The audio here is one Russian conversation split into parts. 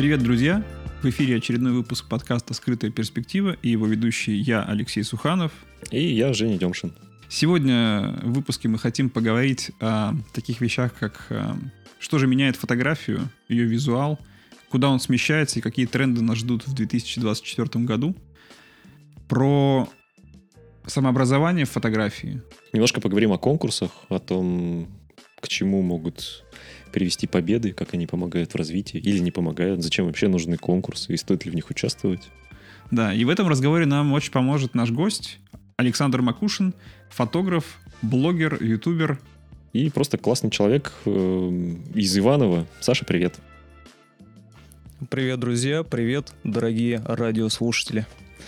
Привет, друзья! В эфире очередной выпуск подкаста «Скрытая перспектива» и его ведущий я, Алексей Суханов. И я, Женя Демшин. Сегодня в выпуске мы хотим поговорить о таких вещах, как что же меняет фотографию, ее визуал, куда он смещается и какие тренды нас ждут в 2024 году, про самообразование в фотографии. Немножко поговорим о конкурсах, о том, к чему могут привести победы, как они помогают в развитии или не помогают, зачем вообще нужны конкурсы и стоит ли в них участвовать. Да, и в этом разговоре нам очень поможет наш гость Александр Макушин, фотограф, блогер, ютубер. И просто классный человек из Иваново. Саша, привет. Привет, друзья, привет, дорогие радиослушатели.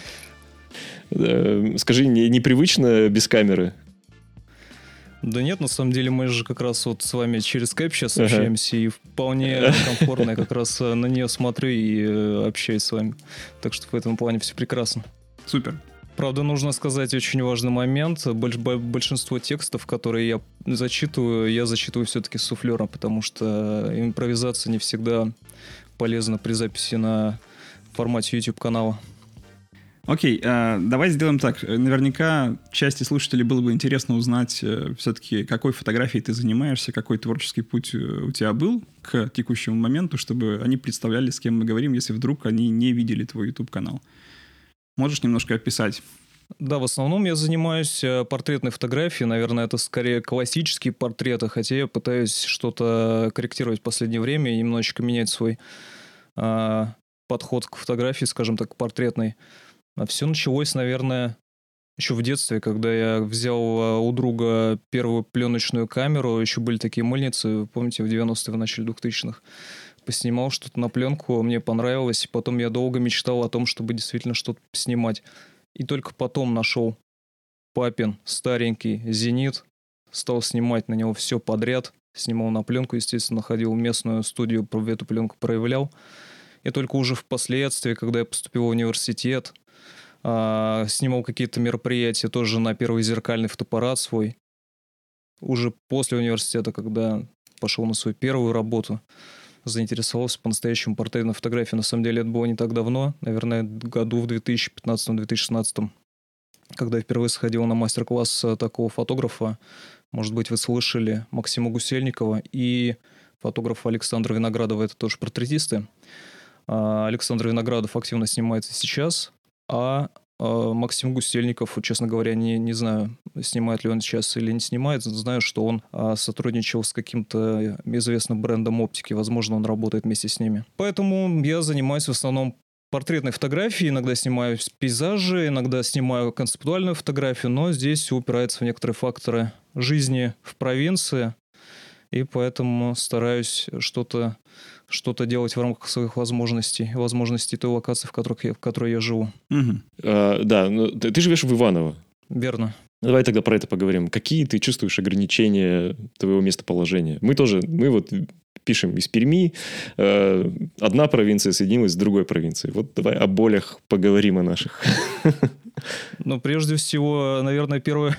Скажи, непривычно без камеры? Да нет, на самом деле мы же как раз вот с вами через скайп сейчас общаемся, и вполне комфортно я как раз на нее смотрю и общаюсь с вами. Так что в этом плане все прекрасно. Супер. Правда, нужно сказать очень важный момент. Большинство текстов, которые я зачитываю все-таки с суфлером, потому что импровизация не всегда полезна при записи на формате YouTube-канала. Окей, давай сделаем так. Наверняка части слушателей было бы интересно узнать все-таки, какой фотографией ты занимаешься, какой творческий путь у тебя был к текущему моменту, чтобы они представляли, с кем мы говорим, если вдруг они не видели твой YouTube-канал. Можешь немножко описать? Да, в основном я занимаюсь портретной фотографией. Наверное, это скорее классические портреты, хотя я пытаюсь что-то корректировать в последнее время и немножечко менять свой подход к фотографии, скажем так, портретной. А все началось, наверное, еще в детстве, когда я взял у друга первую пленочную камеру. Еще были такие мыльницы, помните, в 90-е, в начале 2000-х. Поснимал что-то на пленку, мне понравилось. И потом я долго мечтал о том, чтобы действительно что-то снимать. И только потом нашел папин старенький «Зенит». Стал снимать на него все подряд. Снимал на пленку, естественно, ходил в местную студию, эту пленку проявлял. И только уже впоследствии, когда я поступил в университет, снимал какие-то мероприятия тоже на первый зеркальный фотоаппарат свой. Уже после университета, когда пошел на свою первую работу, заинтересовался по-настоящему портретной фотографией. На самом деле это было не так давно, наверное, году в 2015-2016, когда я впервые сходил на мастер-класс такого фотографа. Может быть, вы слышали Максима Гусельникова и фотографа Александра Виноградова. Это тоже портретисты. Александр Виноградов активно снимается сейчас, а Максим Гусельников, честно говоря, не знаю, снимает ли он сейчас или не снимает. Знаю, что он сотрудничал с каким-то известным брендом оптики. Возможно, он работает вместе с ними. Поэтому я занимаюсь в основном портретной фотографией. Иногда снимаю пейзажи, иногда снимаю концептуальную фотографию, но здесь все упирается в некоторые факторы жизни в провинции. И поэтому стараюсь что-то делать в рамках своих возможностей той локации, в которой я живу. Угу. Да, ты живешь в Иваново. Верно. Давай тогда про это поговорим. Какие ты чувствуешь ограничения твоего местоположения? Мы вот пишем из Перми. Одна провинция соединилась с другой провинцией. Вот давай о болях поговорим, о наших. Ну, прежде всего, наверное, Первое,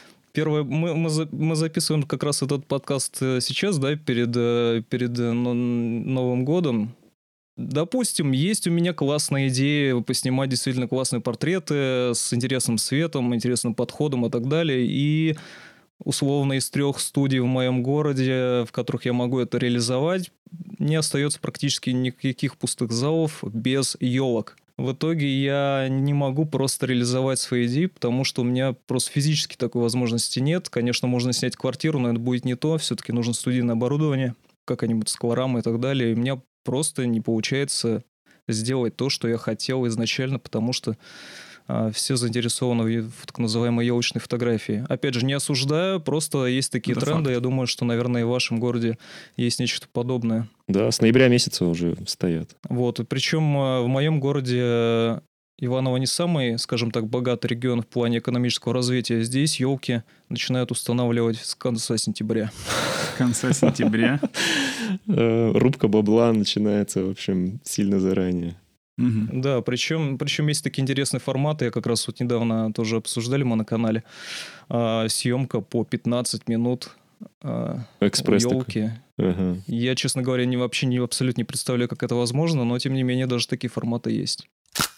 мы записываем как раз этот подкаст сейчас, да, перед Новым годом. Допустим, есть у меня классная идея поснимать действительно классные портреты с интересным светом, интересным подходом и так далее. И условно из 3 студий в моем городе, в которых я могу это реализовать, не остается практически никаких пустых залов без елок. В итоге я не могу просто реализовать свои идеи, потому что у меня просто физически такой возможности нет. Конечно, можно снять квартиру, но это будет не то. Все-таки нужно студийное оборудование, какая-нибудь склорама и так далее. И у меня просто не получается сделать то, что я хотел изначально, потому что все заинтересованы в так называемой елочной фотографии. Опять же, не осуждаю, просто есть такие тренды. Факт. Я думаю, что, наверное, и в вашем городе есть нечто подобное. Да, с ноября месяца уже стоят. Вот, и причем в моем городе Иваново не самый, скажем так, богатый регион в плане экономического развития. Здесь елки начинают устанавливать с конца сентября. С конца сентября? Рубка бабла начинается, в общем, сильно заранее. Угу. Да, причем есть такие интересные форматы, я как раз вот недавно тоже обсуждали мы на канале. Съемка по 15 минут Экспресс такой. елки. Ага. Я, честно говоря, абсолютно не представляю, как это возможно, но, тем не менее, даже такие форматы есть.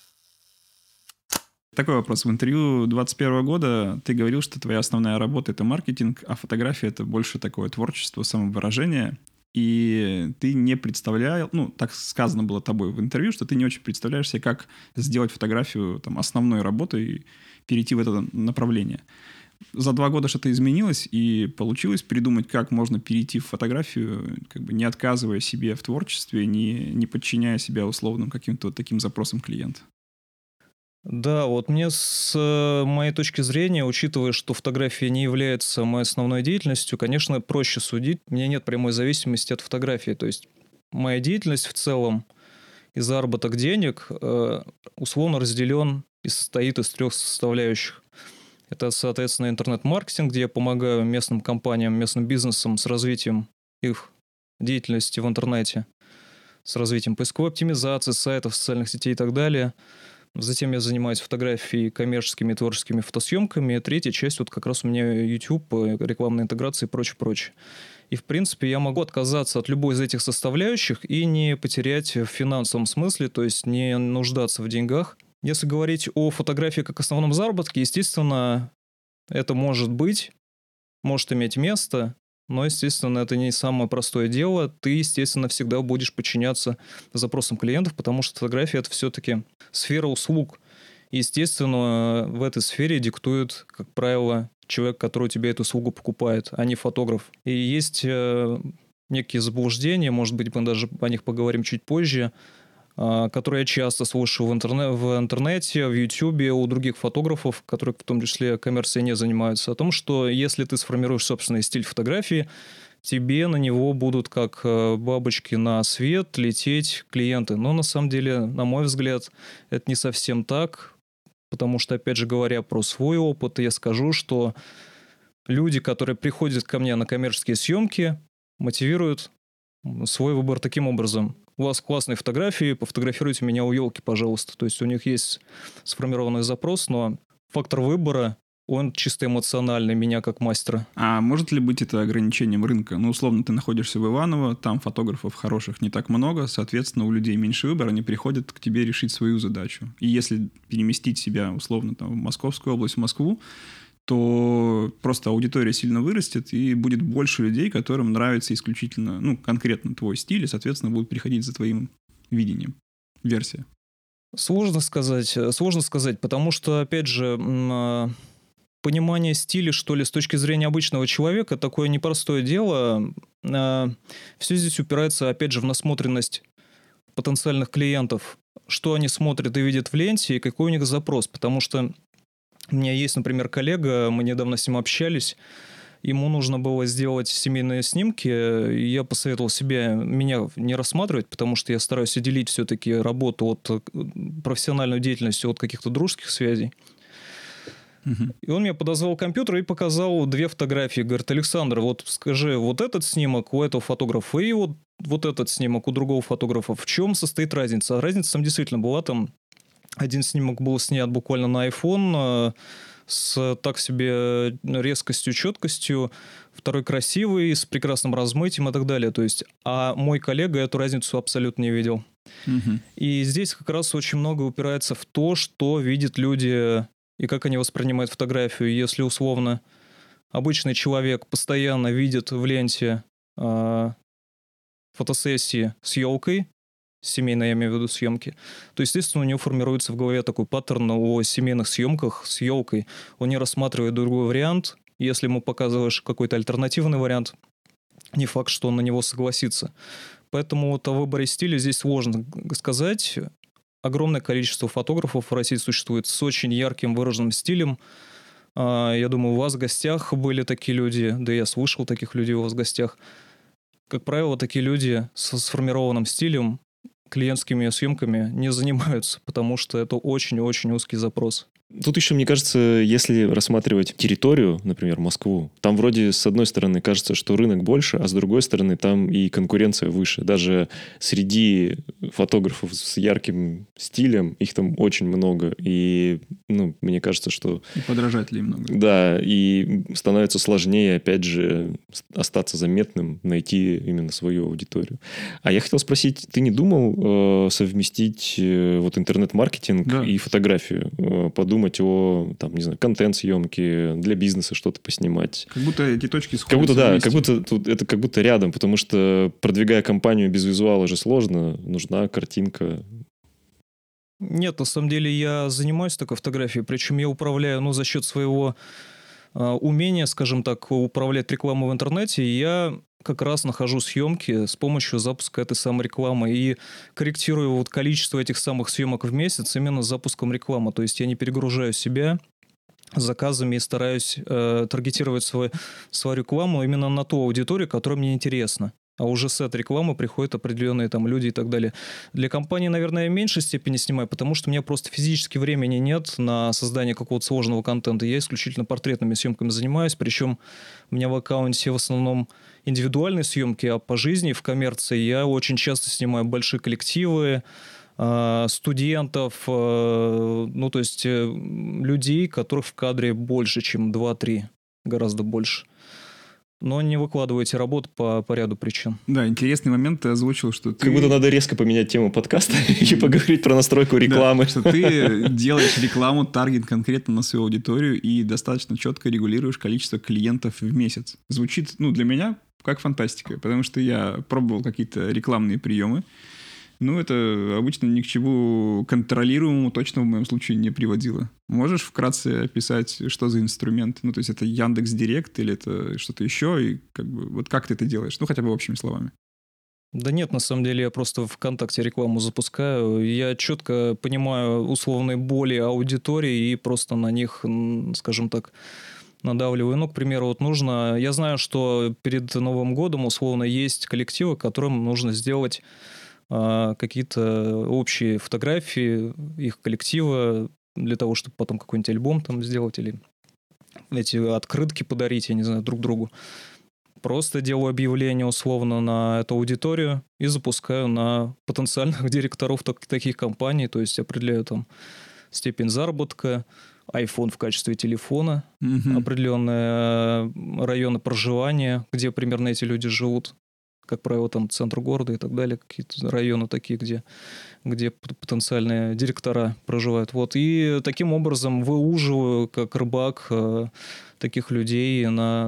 Такой вопрос. В интервью 2021 года ты говорил, что твоя основная работа — это маркетинг, а фотография — это больше такое творчество, самовыражение. И ты не представлял, ну, так сказано было тобой в интервью, что ты не очень представляешь себе, как сделать фотографию там, основной работой и перейти в это направление. За 2 года что-то изменилось, и получилось придумать, как можно перейти в фотографию, как бы не отказывая себе в творчестве, не подчиняя себя условным каким-то вот таким запросам клиента. Да, вот мне с моей точки зрения, учитывая, что фотография не является моей основной деятельностью, конечно, проще судить. У меня нет прямой зависимости от фотографии. То есть моя деятельность в целом и заработок денег условно разделен и состоит из 3 составляющих. Это, соответственно, интернет-маркетинг, где я помогаю местным компаниям, местным бизнесам с развитием их деятельности в интернете, с развитием поисковой оптимизации, сайтов, социальных сетей и так далее. Затем я занимаюсь фотографией, коммерческими и творческими фотосъемками. 3-я часть, вот как раз у меня YouTube, рекламная интеграция и прочее. И, в принципе, я могу отказаться от любой из этих составляющих и не потерять в финансовом смысле, то есть не нуждаться в деньгах. Если говорить о фотографии как основном заработке, естественно, это может иметь место, но, естественно, это не самое простое дело. Ты, естественно, всегда будешь подчиняться запросам клиентов, потому что фотография — это все-таки сфера услуг. Естественно, в этой сфере диктует, как правило, человек, который у тебя эту услугу покупает, а не фотограф. И есть некие заблуждения, может быть, мы даже о них поговорим чуть позже, которые я часто слышу в интернете, в Ютубе у других фотографов, которые в том числе коммерцией не занимаются, о том, что если ты сформируешь собственный стиль фотографии, тебе на него будут как бабочки на свет лететь клиенты. Но на самом деле, на мой взгляд, это не совсем так, потому что, опять же, говоря про свой опыт, я скажу, что люди, которые приходят ко мне на коммерческие съемки, мотивируют свой выбор таким образом. У вас классные фотографии, пофотографируйте меня у елки, пожалуйста. То есть у них есть сформированный запрос, но фактор выбора, он чисто эмоциональный, меня как мастера. А может ли быть это ограничением рынка? Ну, условно, ты находишься в Иваново, там фотографов хороших не так много, соответственно, у людей меньше выбора, они приходят к тебе решить свою задачу. И если переместить себя, условно, там, в Московскую область, в Москву, то просто аудитория сильно вырастет, и будет больше людей, которым нравится исключительно, ну, конкретно твой стиль, и, соответственно, будут приходить за твоим видением. Версия. Сложно сказать, потому что, опять же, понимание стиля, что ли, с точки зрения обычного человека, такое непростое дело. Все здесь упирается, опять же, в насмотренность потенциальных клиентов, что они смотрят и видят в ленте, и какой у них запрос, потому что у меня есть, например, коллега, мы недавно с ним общались, ему нужно было сделать семейные снимки, и я посоветовал меня не рассматривать, потому что я стараюсь отделить все-таки работу от профессиональной деятельности от каких-то дружеских связей. И он мне подозвал компьютер и показал 2 фотографии. Говорит: Александр, вот скажи, вот этот снимок у этого фотографа и вот этот снимок у другого фотографа. В чем состоит разница? А разница там действительно была. Там один снимок был снят буквально на iPhone с так себе резкостью, четкостью. Второй красивый, с прекрасным размытием и так далее. То есть, а мой коллега эту разницу абсолютно не видел. И здесь как раз очень много упирается в то, что видят люди и как они воспринимают фотографию. Если, условно, обычный человек постоянно видит в ленте фотосессии с елкой, семейные, я имею в виду, съемки, то, естественно, у него формируется в голове такой паттерн о семейных съемках с елкой. Он не рассматривает другой вариант. Если ему показываешь какой-то альтернативный вариант, не факт, что он на него согласится. Поэтому вот о выборе стиля здесь сложно сказать. Огромное количество фотографов в России существует с очень ярким выраженным стилем. Я думаю, у вас в гостях были такие люди, да я слышал таких людей у вас в гостях. Как правило, такие люди со сформированным стилем клиентскими съемками не занимаются, потому что это очень-очень узкий запрос. Тут еще, мне кажется, если рассматривать территорию, например, Москву, там вроде с одной стороны кажется, что рынок больше, а с другой стороны там и конкуренция выше. Даже среди фотографов с ярким стилем их там очень много. И, мне кажется, что... И подражателей много. Да, и становится сложнее, опять же, остаться заметным, найти именно свою аудиторию. А я хотел спросить, ты не думал совместить вот интернет-маркетинг и фотографию? Подумать о, там, не знаю, контент-съемки, для бизнеса что-то поснимать. Как будто эти точки сходятся. Как будто, да, как будто тут это как будто рядом, потому что, продвигая компанию без визуала же сложно, нужна картинка. Нет, на самом деле я занимаюсь такой фотографией, причем я управляю, за счет своего умения, скажем так, управлять рекламой в интернете, я как раз нахожу съемки с помощью запуска этой самой рекламы и корректирую вот количество этих самых съемок в месяц именно с запуском рекламы. То есть я не перегружаю себя заказами и стараюсь таргетировать свою рекламу именно на ту аудиторию, которая мне интересна. А уже с этой рекламы приходят определенные там люди и так далее. Для компании, наверное, я в меньшей степени снимаю, потому что у меня просто физически времени нет на создание какого-то сложного контента. Я исключительно портретными съемками занимаюсь, причем у меня в аккаунте в основном индивидуальные съемки, а по жизни в коммерции я очень часто снимаю большие коллективы, студентов, то есть людей, которых в кадре больше, чем 2-3, гораздо больше. Но не выкладываете работу по ряду причин. Да, интересный момент ты озвучил, что ты... Как будто надо резко поменять тему подкаста и поговорить про настройку рекламы. Да, что ты делаешь рекламу, таргет конкретно на свою аудиторию и достаточно четко регулируешь количество клиентов в месяц. Звучит, для меня как фантастика, потому что я пробовал какие-то рекламные приемы. Это обычно ни к чему контролируемому точно в моем случае не приводило. Можешь вкратце описать, что за инструмент? То есть это Яндекс.Директ или это что-то еще? И как ты это делаешь? Хотя бы общими словами. Да нет, на самом деле я просто ВКонтакте рекламу запускаю. Я четко понимаю условные боли аудитории и просто на них, скажем так, надавливаю. К примеру, нужно... Я знаю, что перед Новым годом условно есть коллективы, которым нужно сделать какие-то общие фотографии их коллектива для того, чтобы потом какой-нибудь альбом там сделать или эти открытки подарить, я не знаю, друг другу. Просто делаю объявление условно на эту аудиторию и запускаю на потенциальных директоров таких компаний, то есть определяю там степень заработка, iPhone в качестве телефона, определенные районы проживания, где примерно эти люди живут. Как правило, там центр города и так далее, какие-то районы такие, где потенциальные директора проживают. И таким образом выуживаю, как рыбак, таких людей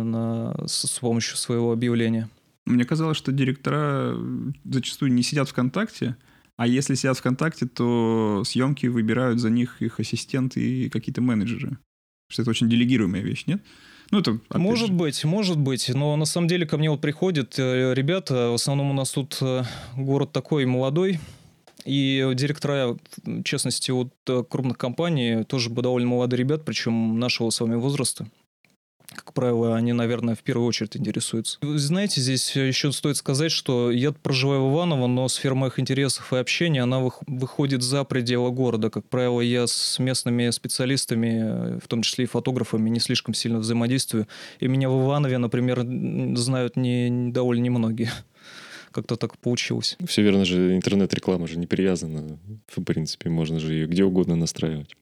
с помощью своего объявления. Мне казалось, что директора зачастую не сидят ВКонтакте, а если сидят ВКонтакте, то съемки выбирают за них их ассистенты и какие-то менеджеры. Что это очень делегируемая вещь, нет? Может быть, но на самом деле ко мне приходят ребята, в основном у нас тут город такой молодой, и директора, в частности, крупных компаний тоже довольно молодые ребята, причем нашего с вами возраста. Как правило, они, наверное, в первую очередь интересуются. Вы знаете, здесь еще стоит сказать, что я проживаю в Иваново, но сфера моих интересов и общения, она выходит за пределы города. Как правило, я с местными специалистами, в том числе и фотографами, не слишком сильно взаимодействую. И меня в Иванове, например, знают довольно немногие. Как-то так получилось. Все верно же, интернет-реклама же не привязана. В принципе, можно же ее где угодно настраивать.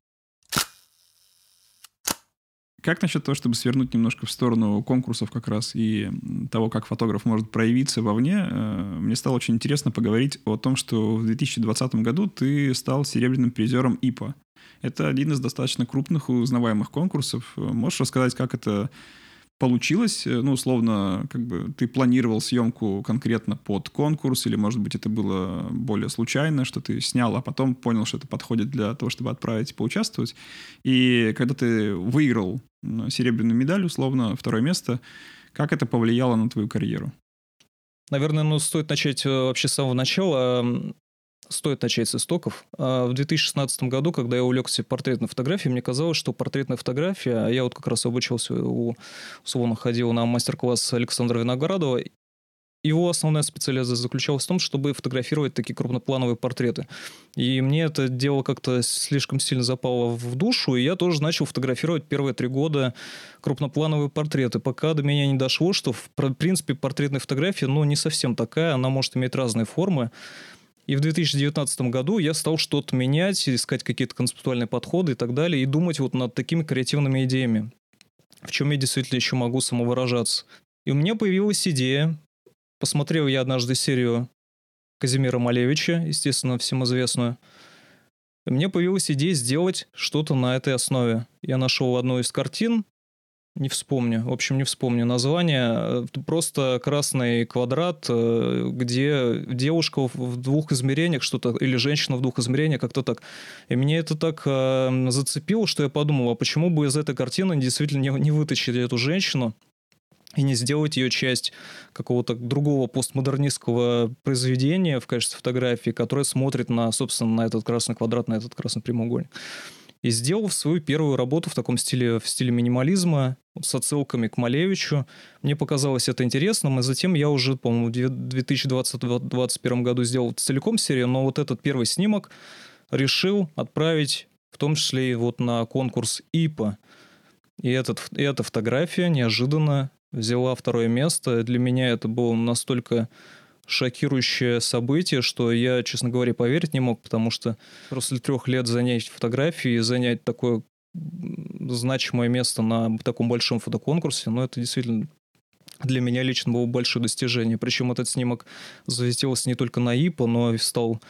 Как насчет того, чтобы свернуть немножко в сторону конкурсов как раз и того, как фотограф может проявиться вовне? Мне стало очень интересно поговорить о том, что в 2020 году ты стал серебряным призером ИПА. Это один из достаточно крупных и узнаваемых конкурсов. Можешь рассказать, как это получилось? Условно, ты планировал съемку конкретно под конкурс, или, может быть, это было более случайно, что ты снял, а потом понял, что это подходит для того, чтобы отправить и поучаствовать. И когда ты выиграл серебряную медаль, условно, 2 место, как это повлияло на твою карьеру? Наверное, стоит начать вообще с самого начала. Стоит начать с истоков. В 2016 году, когда я увлекся портретной фотографией, мне казалось, что портретная фотография... Я как раз обучался, условно ходил на мастер-класс Александра Виноградова, его основная специализация заключалась в том, чтобы фотографировать такие крупноплановые портреты. И мне это дело как-то слишком сильно запало в душу, и я тоже начал фотографировать первые 3 года крупноплановые портреты, пока до меня не дошло, что, в принципе, портретная фотография, не совсем такая, она может иметь разные формы. И в 2019 году я стал что-то менять, искать какие-то концептуальные подходы и так далее, и думать вот над такими креативными идеями, в чем я действительно еще могу самовыражаться. И у меня появилась идея. Посмотрел я однажды серию Казимира Малевича, естественно, всем известную. И мне появилась идея сделать что-то на этой основе. Я нашел одну из картин, не вспомню название, просто красный квадрат, где девушка в 2 измерениях что-то, или женщина в 2 измерениях, как-то так. И меня это так зацепило, что я подумал, а почему бы из этой картины действительно не вытащить эту женщину и не сделать ее часть какого-то другого постмодернистского произведения в качестве фотографии, которое смотрит собственно, на этот красный квадрат, на этот красный прямоугольник. И сделал свою первую работу в таком стиле, в стиле минимализма, с отсылками к Малевичу. Мне показалось это интересным, и затем я уже, по-моему, в 2020-2021 году сделал целиком серию, но вот этот первый снимок решил отправить, в том числе и вот на конкурс ИПА. И эта фотография неожиданно взяла 2 место. Для меня это было настолько шокирующее событие, что я, честно говоря, поверить не мог, потому что после 3 лет занять фотографии, занять такое значимое место на таком большом фотоконкурсе, это действительно для меня лично было большое достижение. Причем этот снимок засветился не только на ИПА, но и стал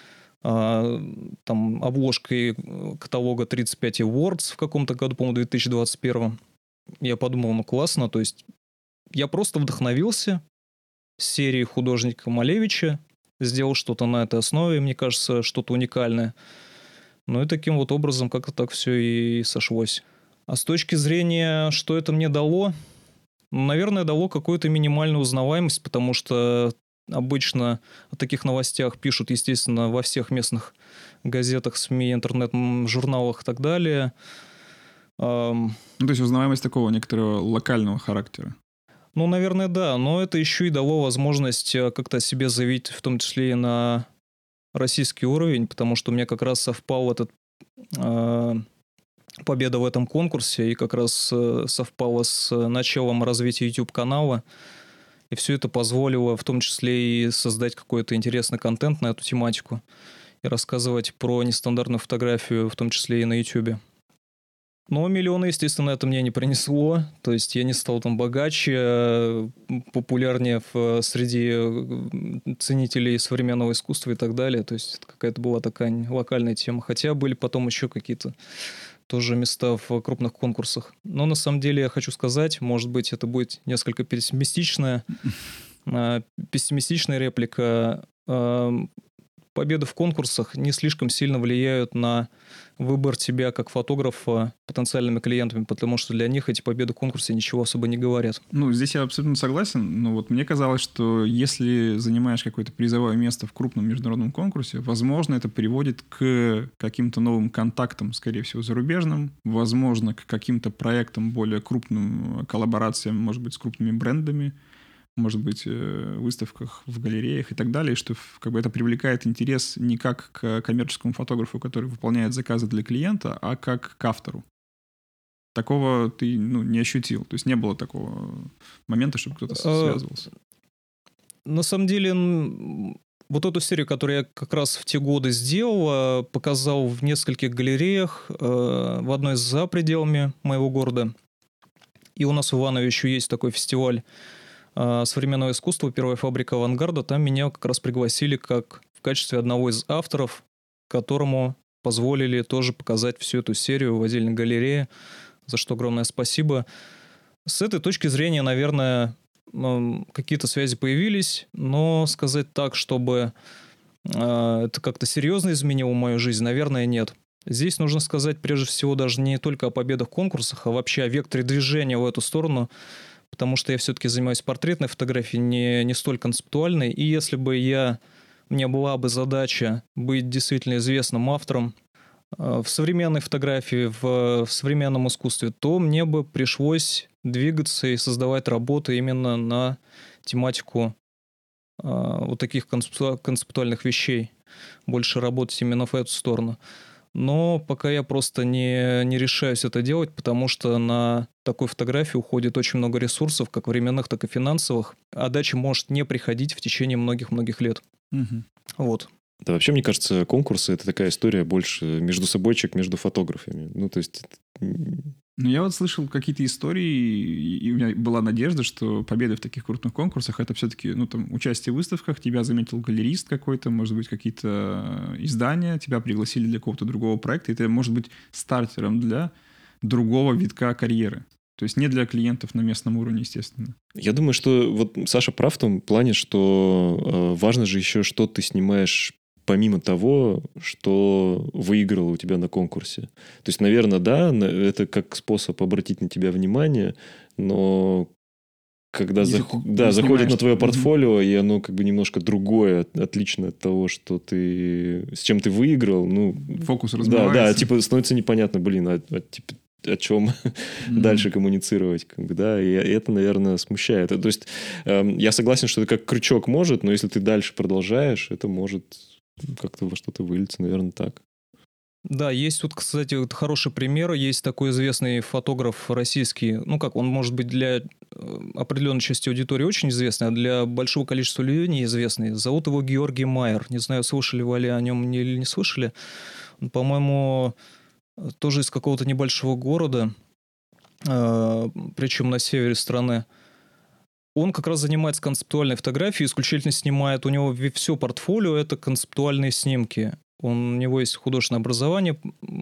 обложкой каталога 35 Awards в каком-то году, по-моему, 2021. Я подумал, классно, то есть я просто вдохновился серии художника Малевича, сделал что-то на этой основе, мне кажется, что-то уникальное. И таким вот образом как-то так все и сошлось. А с точки зрения, что это мне дало, наверное, дало какую-то минимальную узнаваемость, потому что обычно о таких новостях пишут, естественно, во всех местных газетах, СМИ, интернет-журналах и так далее. То есть узнаваемость такого некоторого локального характера. Наверное, да, но это еще и дало возможность как-то о себе заявить, в том числе и на российский уровень, потому что у меня как раз совпал победа в этом конкурсе и как раз совпало с началом развития YouTube-канала, и все это позволило в том числе и создать какой-то интересный контент на эту тематику и рассказывать про нестандартную фотографию, в том числе и на YouTube. Но миллионы, естественно, это мне не принесло. То есть я не стал богаче, популярнее среди ценителей современного искусства и так далее. То есть это какая-то была такая локальная тема. Хотя были потом еще какие-то тоже места в крупных конкурсах. Но на самом деле я хочу сказать, может быть, это будет несколько пессимистичная реплика. Победы в конкурсах не слишком сильно влияют на выбор тебя как фотографа потенциальными клиентами, потому что для них эти победы в конкурсе ничего особо не говорят. Здесь я абсолютно согласен, но мне казалось, что если занимаешь какое-то призовое место в крупном международном конкурсе, возможно, это приводит к каким-то новым контактам, скорее всего, зарубежным, возможно, к каким-то проектам более крупным, коллаборациям, может быть, с крупными брендами, может быть, выставках в галереях и так далее, что это привлекает интерес не как к коммерческому фотографу, который выполняет заказы для клиента, а как к автору. Такого ты не ощутил. То есть не было такого момента, чтобы кто-то связывался. На самом деле, вот эту серию, которую я как раз в те годы сделал, показал в нескольких галереях, в одной за пределами моего города. И у нас в Иванове еще есть такой фестиваль современного искусства, первая фабрика авангарда. Там меня как раз пригласили в качестве одного из авторов, которому позволили тоже показать всю эту серию в отдельной галерее, за что огромное спасибо. С этой точки зрения, наверное, какие-то связи появились, но сказать так, чтобы это как-то серьезно изменило мою жизнь, наверное, нет. Здесь нужно сказать прежде всего даже не только о победах в конкурсах, а вообще о векторе движения в эту сторону, потому что я все-таки занимаюсь портретной фотографией, не столь концептуальной. И если бы у меня была бы задача быть действительно известным автором в современной фотографии, в современном искусстве, то мне бы пришлось двигаться и создавать работы именно на тематику вот таких концептуальных вещей, больше работать именно в эту сторону. Но пока я просто не решаюсь это делать, потому что на такой фотографии уходит очень много ресурсов, как временных, так и финансовых. Отдача может не приходить в течение многих-многих лет. Мгм. Вот. Да, вообще, мне кажется, конкурсы — это такая история больше между собойчик, между фотографами. Ну, то есть... Ну, я вот слышал какие-то истории, и у меня была надежда, что победа в таких крупных конкурсах — это все-таки, ну, там, участие в выставках, тебя заметил галерист какой-то, может быть, какие-то издания, тебя пригласили для какого-то другого проекта, и это может быть стартером для другого витка карьеры. То есть не для клиентов на местном уровне, естественно. Я думаю, что вот Саша прав в том плане, что важно же еще, что ты снимаешь помимо того, что выиграло у тебя на конкурсе. То есть, наверное, да, это как способ обратить на тебя внимание, но когда заходит на твое портфолио, и оно как бы немножко другое, отлично от того, что с чем ты выиграл, ну... Фокус размывается. Да, типа становится непонятно, типа, о чем дальше коммуницировать, как бы, да, и это, наверное, смущает. То есть я согласен, что это как крючок может, но если ты дальше продолжаешь, это может как-то во что-то вылиться, наверное, так. Да, есть вот, кстати, вот хороший пример. Есть такой известный фотограф российский, ну как, он может быть для определенной части аудитории очень известный, а для большого количества людей неизвестный. Зовут его Георгий Майер. Не знаю, слышали вы о нем или не слышали. Он, по-моему, тоже из какого-то небольшого города, причем на севере страны. Он как раз занимается концептуальной фотографией, исключительно снимает, у него все портфолио — это концептуальные снимки. У него есть художественное образование,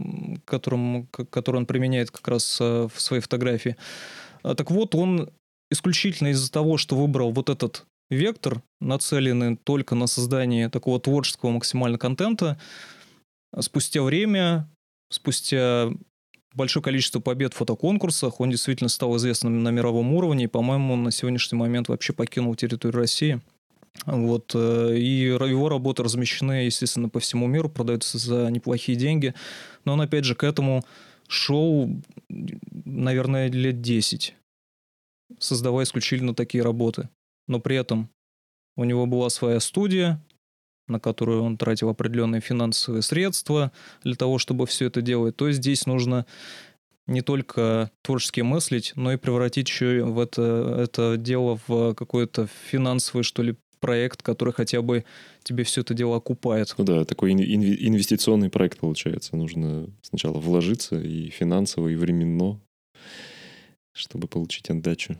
которое он применяет как раз в своей фотографии. Так вот, он исключительно из-за того, что выбрал вот этот вектор, нацеленный только на создание такого творческого максимально контента, спустя время, спустя большое количество побед в фотоконкурсах, он действительно стал известным на мировом уровне, и, по-моему, он на сегодняшний момент вообще покинул территорию России. Вот, и его работы размещены, естественно, по всему миру, продаются за неплохие деньги. Но он, опять же, к этому шел, наверное, лет 10, создавая исключительно такие работы. Но при этом у него была своя студия, на которую он тратил определенные финансовые средства для того, чтобы все это делать, то здесь нужно не только творчески мыслить, но и превратить еще это дело в какой-то финансовый, что ли, проект, который хотя бы тебе все это дело окупает. Ну да, такой инвестиционный проект получается. Нужно сначала вложиться и финансово, и временно, чтобы получить отдачу.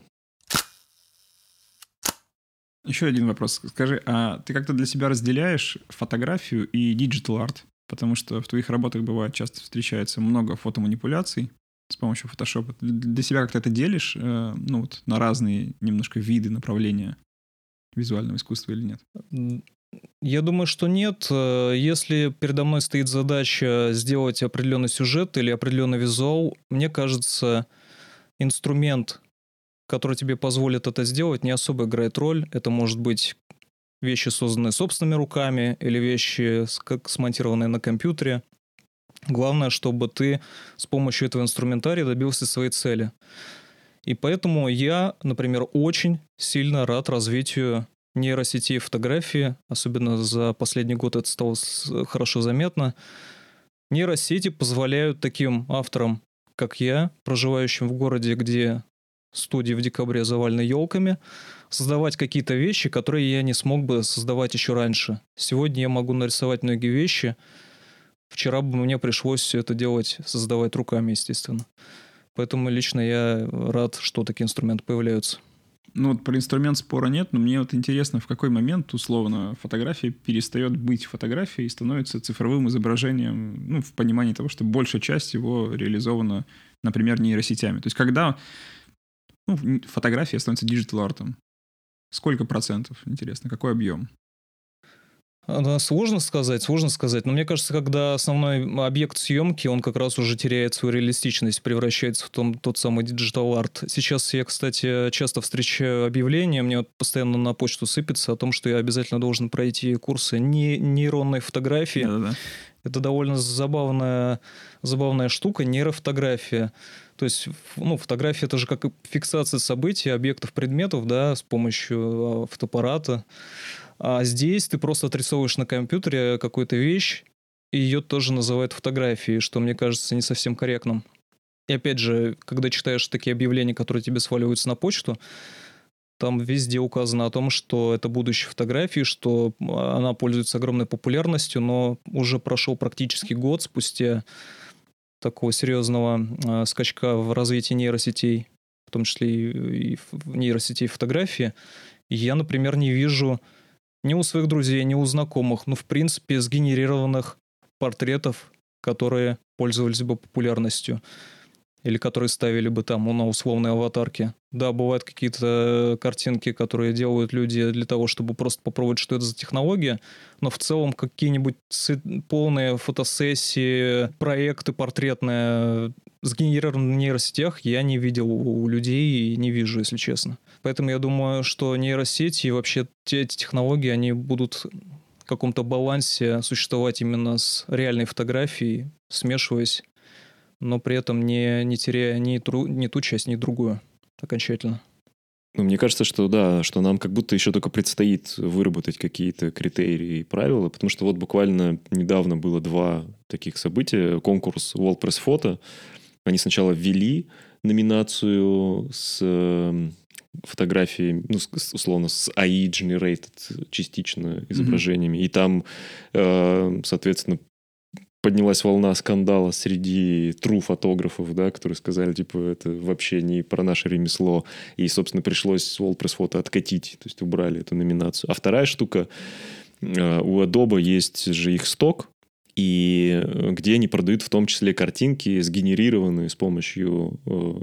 Еще один вопрос. Скажи, а ты как-то для себя разделяешь фотографию и диджитал арт? Потому что в твоих работах бывает часто встречается много фотоманипуляций с помощью фотошопа. Для себя как-то это делишь, ну вот, на разные немножко виды, направления визуального искусства или нет? Я думаю, что нет. Если передо мной стоит задача сделать определенный сюжет или определенный визуал, мне кажется, инструмент, который тебе позволит это сделать, не особо играет роль. Это может быть вещи, созданные собственными руками, или вещи, смонтированные на компьютере. Главное, чтобы ты с помощью этого инструментария добился своей цели. И поэтому я, например, очень сильно рад развитию нейросетей фотографии. Особенно за последний год это стало хорошо заметно. Нейросети позволяют таким авторам, как я, проживающим в городе, где студии в декабре завалены елками, создавать какие-то вещи, которые я не смог бы создавать еще раньше. Сегодня я могу нарисовать многие вещи. Вчера бы мне пришлось все это делать, создавать руками, естественно. Поэтому лично я рад, что такие инструменты появляются. Ну вот про инструмент спора нет, но мне вот интересно, в какой момент, условно, фотография перестает быть фотографией и становится цифровым изображением, ну, в понимании того, что большая часть его реализована, например, нейросетями. То есть когда фотография становится диджитал-артом? Сколько процентов, интересно, какой объем? Сложно сказать. Но мне кажется, когда основной объект съемки, он как раз уже теряет свою реалистичность, превращается в тот самый диджитал-арт. Сейчас я, кстати, часто встречаю объявления, мне вот постоянно на почту сыпется о том, что я обязательно должен пройти курсы нейронной фотографии. Да-да-да. Это довольно забавная штука, нейрофотография. То есть, фотография — это же как фиксация событий, объектов, предметов, да, с помощью фотоаппарата. А здесь ты просто отрисовываешь на компьютере какую-то вещь, и ее тоже называют фотографией, что мне кажется не совсем корректным. И опять же, когда читаешь такие объявления, которые тебе сваливаются на почту, там везде указано о том, что это будущее фотографии, что она пользуется огромной популярностью, но уже прошел практически год спустя такого серьезного скачка в развитии нейросетей, в том числе и в нейросетей фотографии. И я, например, не вижу ни у своих друзей, ни у знакомых, в принципе, сгенерированных портретов, которые пользовались бы популярностью или которые ставили бы там на условные аватарки. Да, бывают какие-то картинки, которые делают люди для того, чтобы просто попробовать, что это за технология, но в целом какие-нибудь полные фотосессии, проекты портретные, сгенерированные в нейросетях я не видел у людей и не вижу, если честно. Поэтому я думаю, что нейросети и вообще эти технологии, они будут в каком-то балансе существовать именно с реальной фотографией, смешиваясь, но при этом не теряя ни ту часть, ни другую окончательно. Мне кажется, что да, что нам как будто еще только предстоит выработать какие-то критерии и правила, потому что вот буквально недавно было 2 таких события. Конкурс WordPress Photo. Они сначала ввели номинацию с фотографией, условно, с AI-generated частично изображениями. И там, соответственно, поднялась волна скандала среди true фотографов, да, которые сказали, типа, это вообще не про наше ремесло. И, собственно, пришлось WordPress Photo откатить, то есть убрали эту номинацию. А вторая штука, у Adobe есть же их сток, и где они продают в том числе картинки, сгенерированные с помощью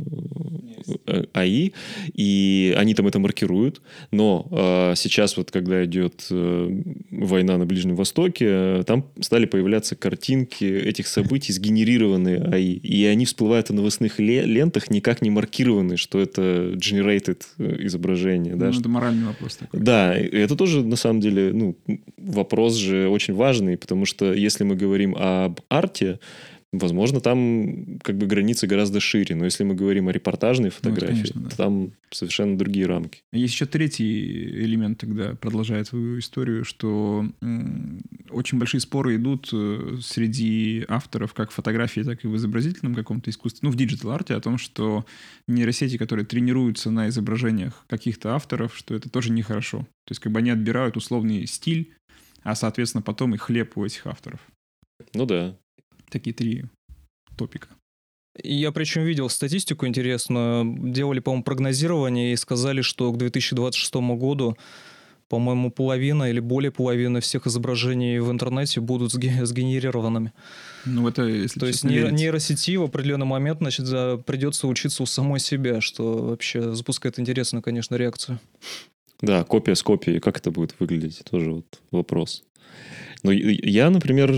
AI, и они там это маркируют. Но сейчас вот, когда идет война на Ближнем Востоке, там стали появляться картинки этих событий, сгенерированные AI, и они всплывают в новостных лентах, никак не маркированные, что это generated изображение. Да, это моральный вопрос такой. Да, и это тоже, на самом деле, вопрос же очень важный, потому что если мы говорим об арте, возможно, там как бы границы гораздо шире. Но если мы говорим о репортажной фотографии, конечно, да. то там совершенно другие рамки. Есть еще третий элемент, тогда продолжая твою историю, что очень большие споры идут среди авторов как в фотографии, так и в изобразительном каком-то искусстве, в диджитал-арте, о том, что нейросети, которые тренируются на изображениях каких-то авторов, что это тоже нехорошо. То есть как бы они отбирают условный стиль, а, соответственно, потом и хлеб у этих авторов. Ну да. Такие 3 топика. Я причем видел статистику интересную. Делали, по-моему, прогнозирование и сказали, что к 2026 году, по-моему, половина или более половины всех изображений в интернете будут сгенерированными. Это, если то есть нейросети в определенный момент, значит, придется учиться у самой себя, что вообще запускает интересную, конечно, реакцию. Да, копия с копией. Как это будет выглядеть? Тоже вот вопрос. Но я, например,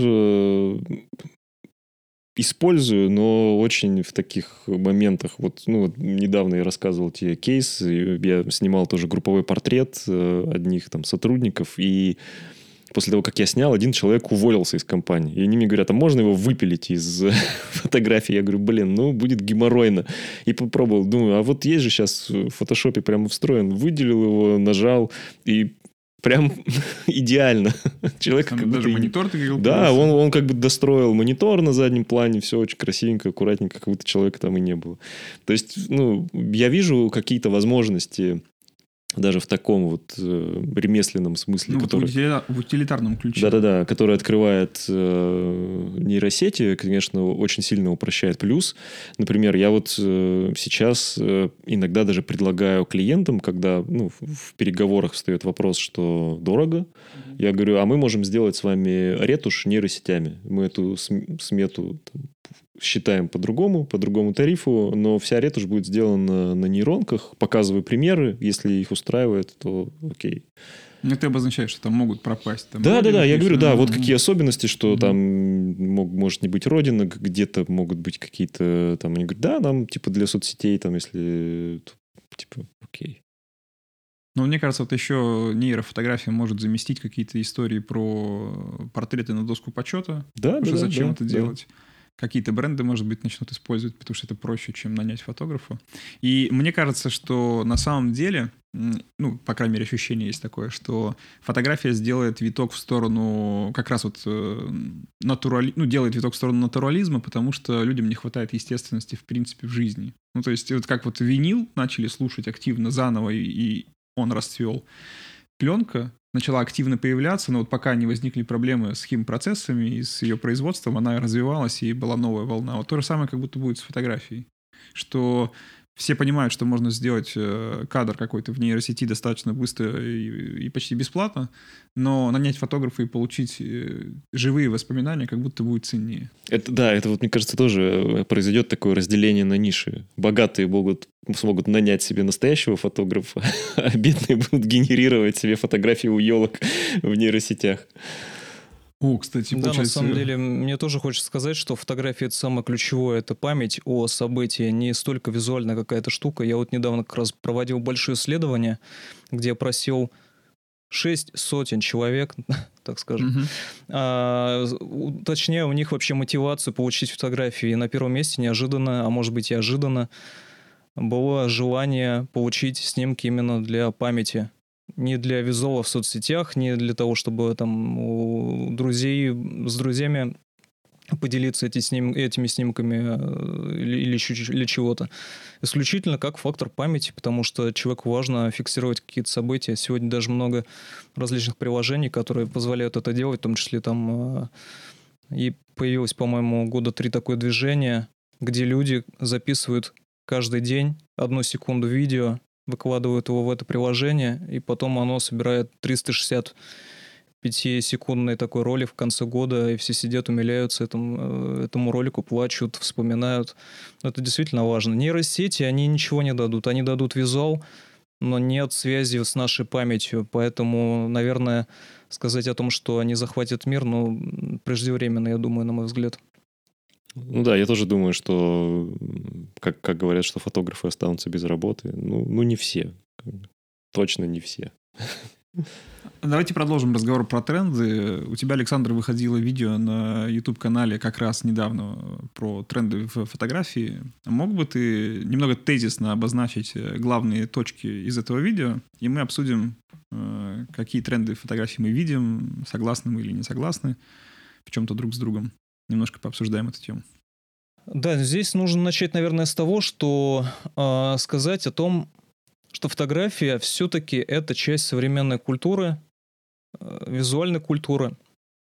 использую, но очень в таких моментах. Вот недавно я рассказывал тебе кейс, я снимал тоже групповой портрет одних там сотрудников, и после того, как я снял, один человек уволился из компании. И они мне говорят, а можно его выпилить из фотографии? Я говорю, будет геморройно. И попробовал, думаю, а вот есть же сейчас в фотошопе прямо встроен. Выделил его, нажал, и прям идеально. Человек там как даже монитор ты говорил. Да, он как бы достроил монитор на заднем плане, все очень красивенько, аккуратненько, как будто человека там и не было. То есть, я вижу какие-то возможности даже в таком вот ремесленном смысле. Который... в утилитарном ключе. Да-да-да, который открывает нейросети, конечно, очень сильно упрощает. Плюс, например, я вот сейчас иногда даже предлагаю клиентам, когда в переговорах встает вопрос, что дорого, я говорю, а мы можем сделать с вами ретушь нейросетями. Мы эту смету считаем по другому тарифу, но вся ретушь будет сделана на нейронках. Показываю примеры. Если их устраивает, то окей. Это обозначает, что там могут пропасть. Да. Я говорю, вот какие особенности, что там может не быть родинок, где-то могут быть какие-то... Там, они говорят, нам типа для соцсетей, там, если... Типа, окей. Мне кажется, вот еще нейрофотография может заместить какие-то истории про портреты на доску почета. Зачем это делать? Какие-то бренды, может быть, начнут использовать, потому что это проще, чем нанять фотографа. И мне кажется, что на самом деле ну, по крайней мере, ощущение есть такое, что фотография сделает виток в сторону как раз вот делает виток в сторону натурализма, потому что людям не хватает естественности в принципе в жизни. Ну, то есть вот как вот винил начали слушать активно заново, и он расцвел. Пленка начала активно появляться, но вот пока не возникли проблемы с химпроцессами и с ее производством, она развивалась, и была новая волна. Вот то же самое как будто будет с фотографией, что все понимают, что можно сделать кадр какой-то в нейросети достаточно быстро и почти бесплатно, но нанять фотографа и получить живые воспоминания как будто будет ценнее. Это вот, мне кажется, тоже произойдет такое разделение на ниши. Богатые смогут нанять себе настоящего фотографа, а бедные будут генерировать себе фотографии у елок в нейросетях. О, кстати, да, получается... на самом деле, мне тоже хочется сказать, что фотография — это самое ключевое, это память о событии, не столько визуальная какая-то штука. Я вот недавно как раз проводил большое исследование, где я просил 6 сотен человек, так скажем, уточняя у них вообще мотивацию получить фотографии. И на первом месте неожиданно, а может быть и ожиданно, было желание получить снимки именно для памяти. Не для визуала в соцсетях, не для того, чтобы там у друзей, с друзьями поделиться этими снимками или чего-то. Исключительно как фактор памяти, потому что человеку важно фиксировать какие-то события. Сегодня даже много различных приложений, которые позволяют это делать, в том числе там и появилось, по-моему, 3 года такое движение, где люди записывают каждый день 1 секунду видео, выкладывают его в это приложение, и потом оно собирает 365-секундный такой ролик в конце года, и все сидят, умиляются этому ролику, плачут, вспоминают. Это действительно важно. Нейросети, они ничего не дадут. Они дадут визуал, но нет связи с нашей памятью. Поэтому, наверное, сказать о том, что они захватят мир, преждевременно, я думаю, на мой взгляд. Ну да, я тоже думаю, что, как говорят, что фотографы останутся без работы. Ну не все. Точно не все. Давайте продолжим разговор про тренды. У тебя, Александр, выходило видео на YouTube-канале как раз недавно про тренды в фотографии. Мог бы ты немного тезисно обозначить главные точки из этого видео, и мы обсудим, какие тренды в фотографии мы видим, согласны мы или не согласны в чем-то друг с другом. Немножко пообсуждаем эту тему. Да, здесь нужно начать, наверное, с того, что сказать о том, что фотография все-таки это часть современной культуры, визуальной культуры.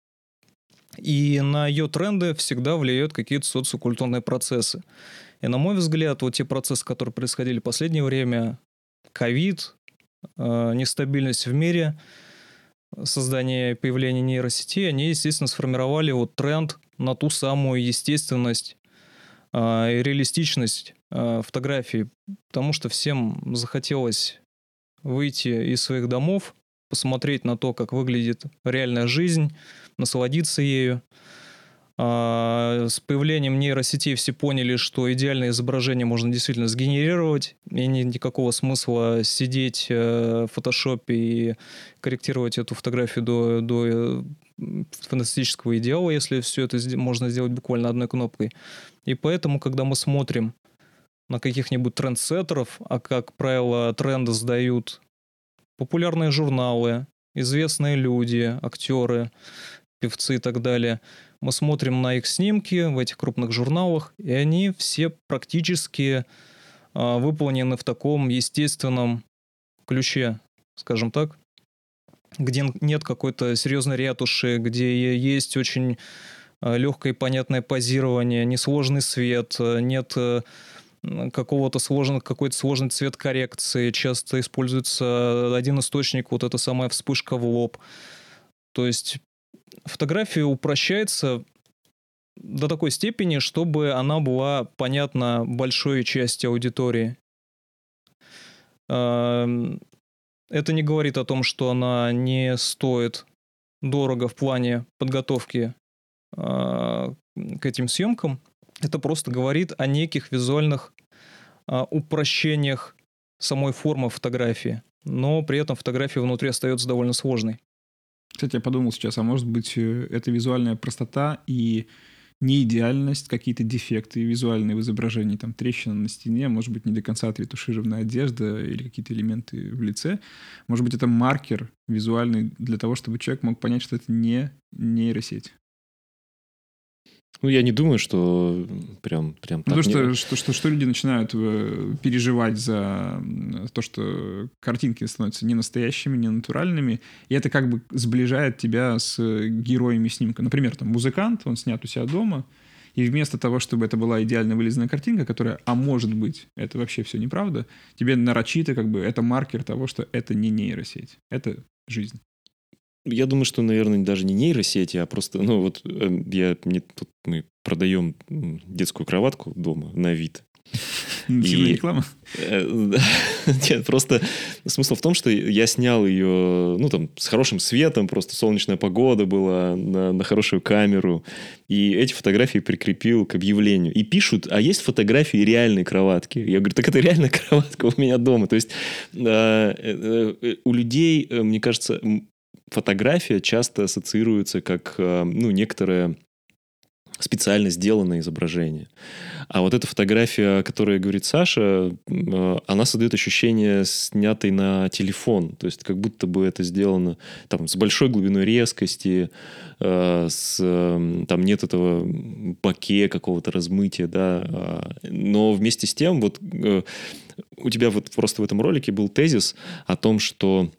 И на ее тренды всегда влияют какие-то социокультурные процессы. И, на мой взгляд, вот те процессы, которые происходили в последнее время, ковид, нестабильность в мире, создание и появление нейросетей, они, естественно, сформировали вот тренд на ту самую естественность и реалистичность фотографий, потому что всем захотелось выйти из своих домов, посмотреть на то, как выглядит реальная жизнь, насладиться ею. С появлением нейросетей все поняли, что идеальное изображение можно действительно сгенерировать, и нет никакого смысла сидеть в фотошопе и корректировать эту фотографию до фантастического идеала, если все это можно сделать буквально одной кнопкой. И поэтому, когда мы смотрим на каких-нибудь трендсеттеров, а, как правило, тренды сдают популярные журналы, известные люди, актеры, певцы и так далее, мы смотрим на их снимки в этих крупных журналах, и они все практически выполнены в таком естественном ключе, скажем так, где нет какой-то серьезной ретуши, где есть очень легкое и понятное позирование, несложный свет, нет какой-то сложный цвет коррекции, часто используется один источник, вот эта самая вспышка в лоб. То есть фотография упрощается до такой степени, чтобы она была понятна большой части аудитории. Это не говорит о том, что она не стоит дорого в плане подготовки к этим съемкам. Это просто говорит о неких визуальных упрощениях самой формы фотографии. Но при этом фотография внутри остается довольно сложной. Кстати, я подумал сейчас, а может быть, это визуальная простота и неидеальность, какие-то дефекты визуальные в изображении, там трещина на стене, может быть, не до конца отретушированная одежда или какие-то элементы в лице. Может быть, это маркер визуальный для того, чтобы человек мог понять, что это не нейросеть. Ну, я не думаю, что прям так. Потому что люди начинают переживать за то, что картинки становятся не настоящими, не натуральными, и это как бы сближает тебя с героями снимка. Например, там музыкант, он снят у себя дома, и вместо того, чтобы это была идеально вылизанная картинка, которая, а может быть, это вообще все неправда, тебе нарочито как бы это маркер того, что это не нейросеть, это жизнь. Я думаю, что, наверное, даже не нейросети, а просто, тут мы продаем детскую кроватку дома на вид. Нативная реклама? Нет, просто смысл в том, что я снял ее, с хорошим светом, просто солнечная погода была, на хорошую камеру, и эти фотографии прикрепил к объявлению. И пишут, а есть фотографии реальной кроватки? Я говорю, так это реальная кроватка у меня дома. То есть у людей, мне кажется, фотография часто ассоциируется как, некоторое специально сделанное изображение. А вот эта фотография, о которой говорит Саша, она создает ощущение снятой на телефон. То есть как будто бы это сделано там, с большой глубиной резкости, там нет этого боке какого-то размытия. Да? Но вместе с тем вот у тебя вот просто в этом ролике был тезис о том, что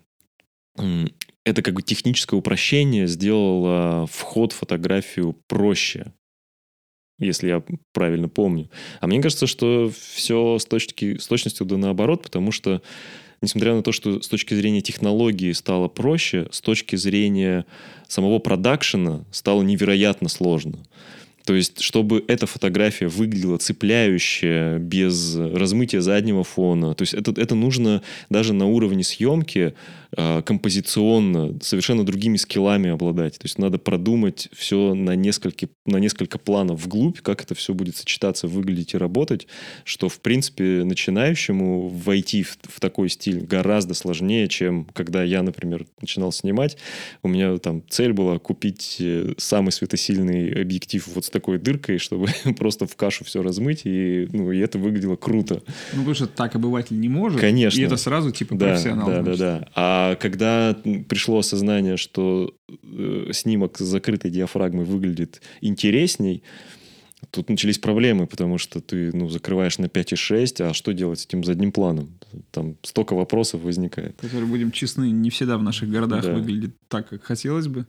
это как бы техническое упрощение сделало вход в фотографию проще, если я правильно помню. А мне кажется, что все с точностью да наоборот, потому что, несмотря на то, что с точки зрения технологии стало проще, с точки зрения самого продакшена стало невероятно сложно. То есть, чтобы эта фотография выглядела цепляюще, без размытия заднего фона. То есть, это нужно даже на уровне съемки композиционно, совершенно другими скиллами обладать. То есть, надо продумать все на несколько планов вглубь, как это все будет сочетаться, выглядеть и работать, что, в принципе, начинающему войти в такой стиль гораздо сложнее, чем когда я, например, начинал снимать. У меня там цель была купить самый светосильный объектив вот с такой дыркой, чтобы просто в кашу все размыть, и это выглядело круто. Потому что так обыватель не может. Конечно. И это сразу типа профессионал. Да. А когда пришло осознание, что снимок с закрытой диафрагмой выглядит интересней, тут начались проблемы, потому что ты закрываешь на 5,6, а что делать с этим задним планом? Там столько вопросов возникает. Которые, будем честны, не всегда в наших городах выглядит так, как хотелось бы.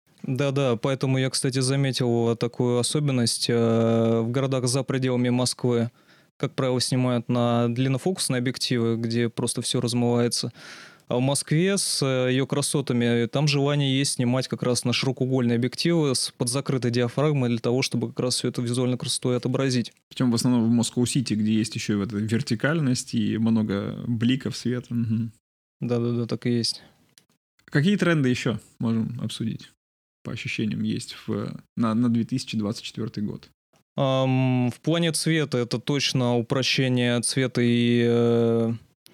Да, поэтому я, кстати, заметил такую особенность в городах за пределами Москвы. Как правило, снимают на длиннофокусные объективы, где просто все размывается. А в Москве с ее красотами там желание есть снимать как раз на широкоугольные объективы с подзакрытой диафрагмой для того, чтобы как раз всю эту визуальную красоту отобразить. Причем в основном в Москва-Сити, где есть еще и эта вертикальность и много бликов света. Угу. Да, так и есть. Какие тренды еще можем обсудить? По ощущениям есть на 2024 год. В плане цвета это точно упрощение цвета и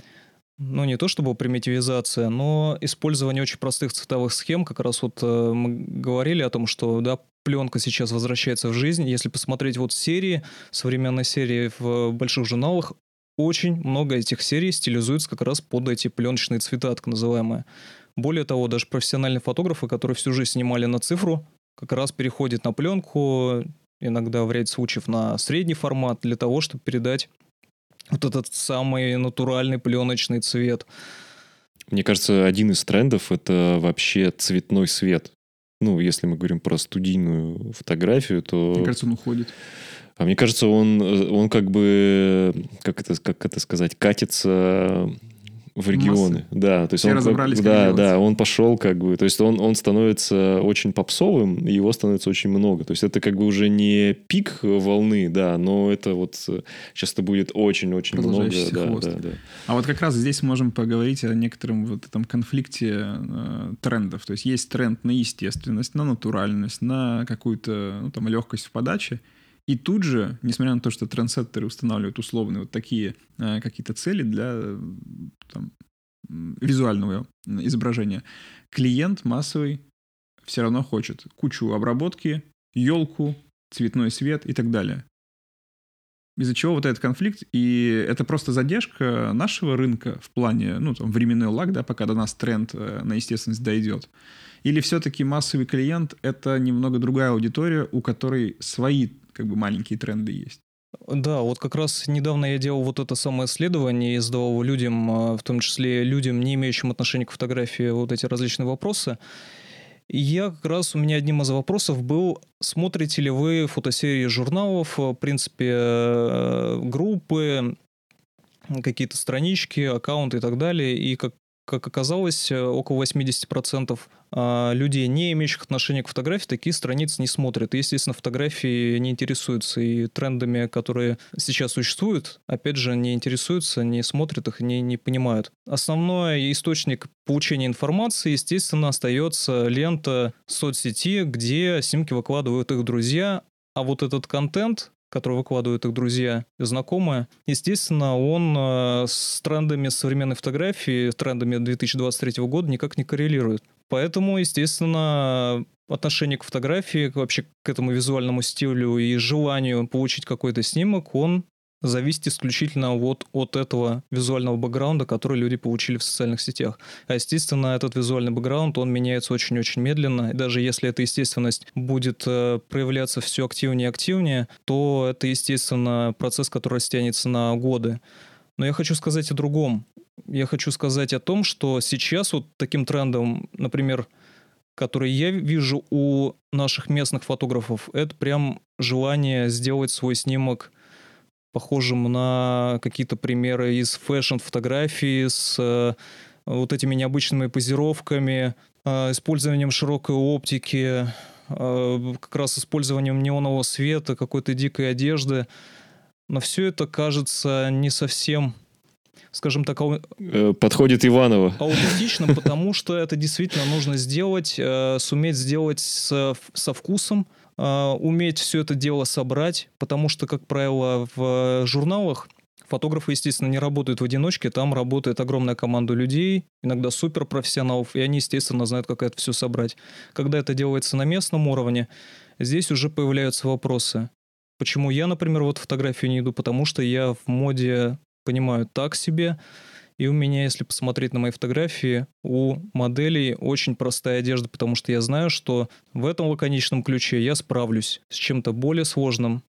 не то чтобы примитивизация, но использование очень простых цветовых схем. Как раз вот мы говорили о том, что пленка сейчас возвращается в жизнь. Если посмотреть современные серии в больших журналах, очень много этих серий стилизуются как раз под эти пленочные цвета, так называемые. Более того, даже профессиональные фотографы, которые всю жизнь снимали на цифру, как раз переходят на пленку, иногда в ряде случаев на средний формат, для того, чтобы передать вот этот самый натуральный пленочный цвет. Мне кажется, один из трендов — это вообще цветной свет. Если мы говорим про студийную фотографию, то... Мне кажется, он уходит. А мне кажется, он как бы, как это сказать, катится в регионы. Массы. Да, то есть все разобрались, как делать. Да, он пошел как бы, то есть он становится очень попсовым, и его становится очень много. То есть это как бы уже не пик волны, да, но это вот сейчас это будет очень-очень много. Да. А вот как раз здесь можем поговорить о некотором вот этом конфликте трендов. То есть есть тренд на естественность, на натуральность, на какую-то легкость в подаче. И тут же, несмотря на то, что трендсеттеры устанавливают условные вот такие какие-то цели для визуального изображения, клиент массовый все равно хочет кучу обработки, елку, цветной свет и так далее. Из-за чего вот этот конфликт, и это просто задержка нашего рынка в плане, ну, там, временной лаг, да, пока до нас тренд на естественность дойдет. Или все-таки массовый клиент — это немного другая аудитория, у которой свои, как бы, маленькие тренды есть? Да, вот как раз недавно я делал вот это самое исследование и задавал людям, в том числе людям, не имеющим отношения к фотографии, вот эти различные вопросы. И я как раз, у меня одним из вопросов был, смотрите ли вы фотосерии журналов, в принципе, группы, какие-то странички, аккаунты и так далее. И как оказалось, около 80% людей, не имеющих отношения к фотографии, такие страницы не смотрят. И, естественно, фотографии не интересуются. И трендами, которые сейчас существуют, опять же, не интересуются, не смотрят их, не понимают. Основной источник получения информации, естественно, остается лента соцсети, где снимки выкладывают их друзья. А вот этот контент, который выкладывают их друзья и знакомые, естественно, он с трендами современной фотографии, трендами 2023 года никак не коррелирует. Поэтому, естественно, отношение к фотографии, вообще к этому визуальному стилю и желанию получить какой-то снимок, он зависит исключительно вот от этого визуального бэкграунда, который люди получили в социальных сетях. А, естественно, этот визуальный бэкграунд, он меняется очень-очень медленно. И даже если эта естественность будет проявляться все активнее и активнее, то это, естественно, процесс, который растянется на годы. Но я хочу сказать о другом. Я хочу сказать о том, что сейчас вот таким трендом, например, который я вижу у наших местных фотографов, это прям желание сделать свой снимок похожим на какие-то примеры из фэшн-фотографий с вот этими необычными позировками, использованием широкой оптики, как раз использованием неонового света, какой-то дикой одежды. Но все это кажется не совсем, скажем так, подходит Иваново. Аутентичным, потому что это действительно нужно сделать, суметь сделать со вкусом, уметь все это дело собрать, потому что, как правило, в журналах фотографы, естественно, не работают в одиночке, там работает огромная команда людей, иногда суперпрофессионалов, и они, естественно, знают, как это все собрать. Когда это делается на местном уровне, здесь уже появляются вопросы. Почему я, например, вот фотографию не иду? Потому что я в моде понимаю так себе, и у меня, если посмотреть на мои фотографии, у моделей очень простая одежда, потому что я знаю, что в этом лаконичном ключе я справлюсь. С чем-то более сложным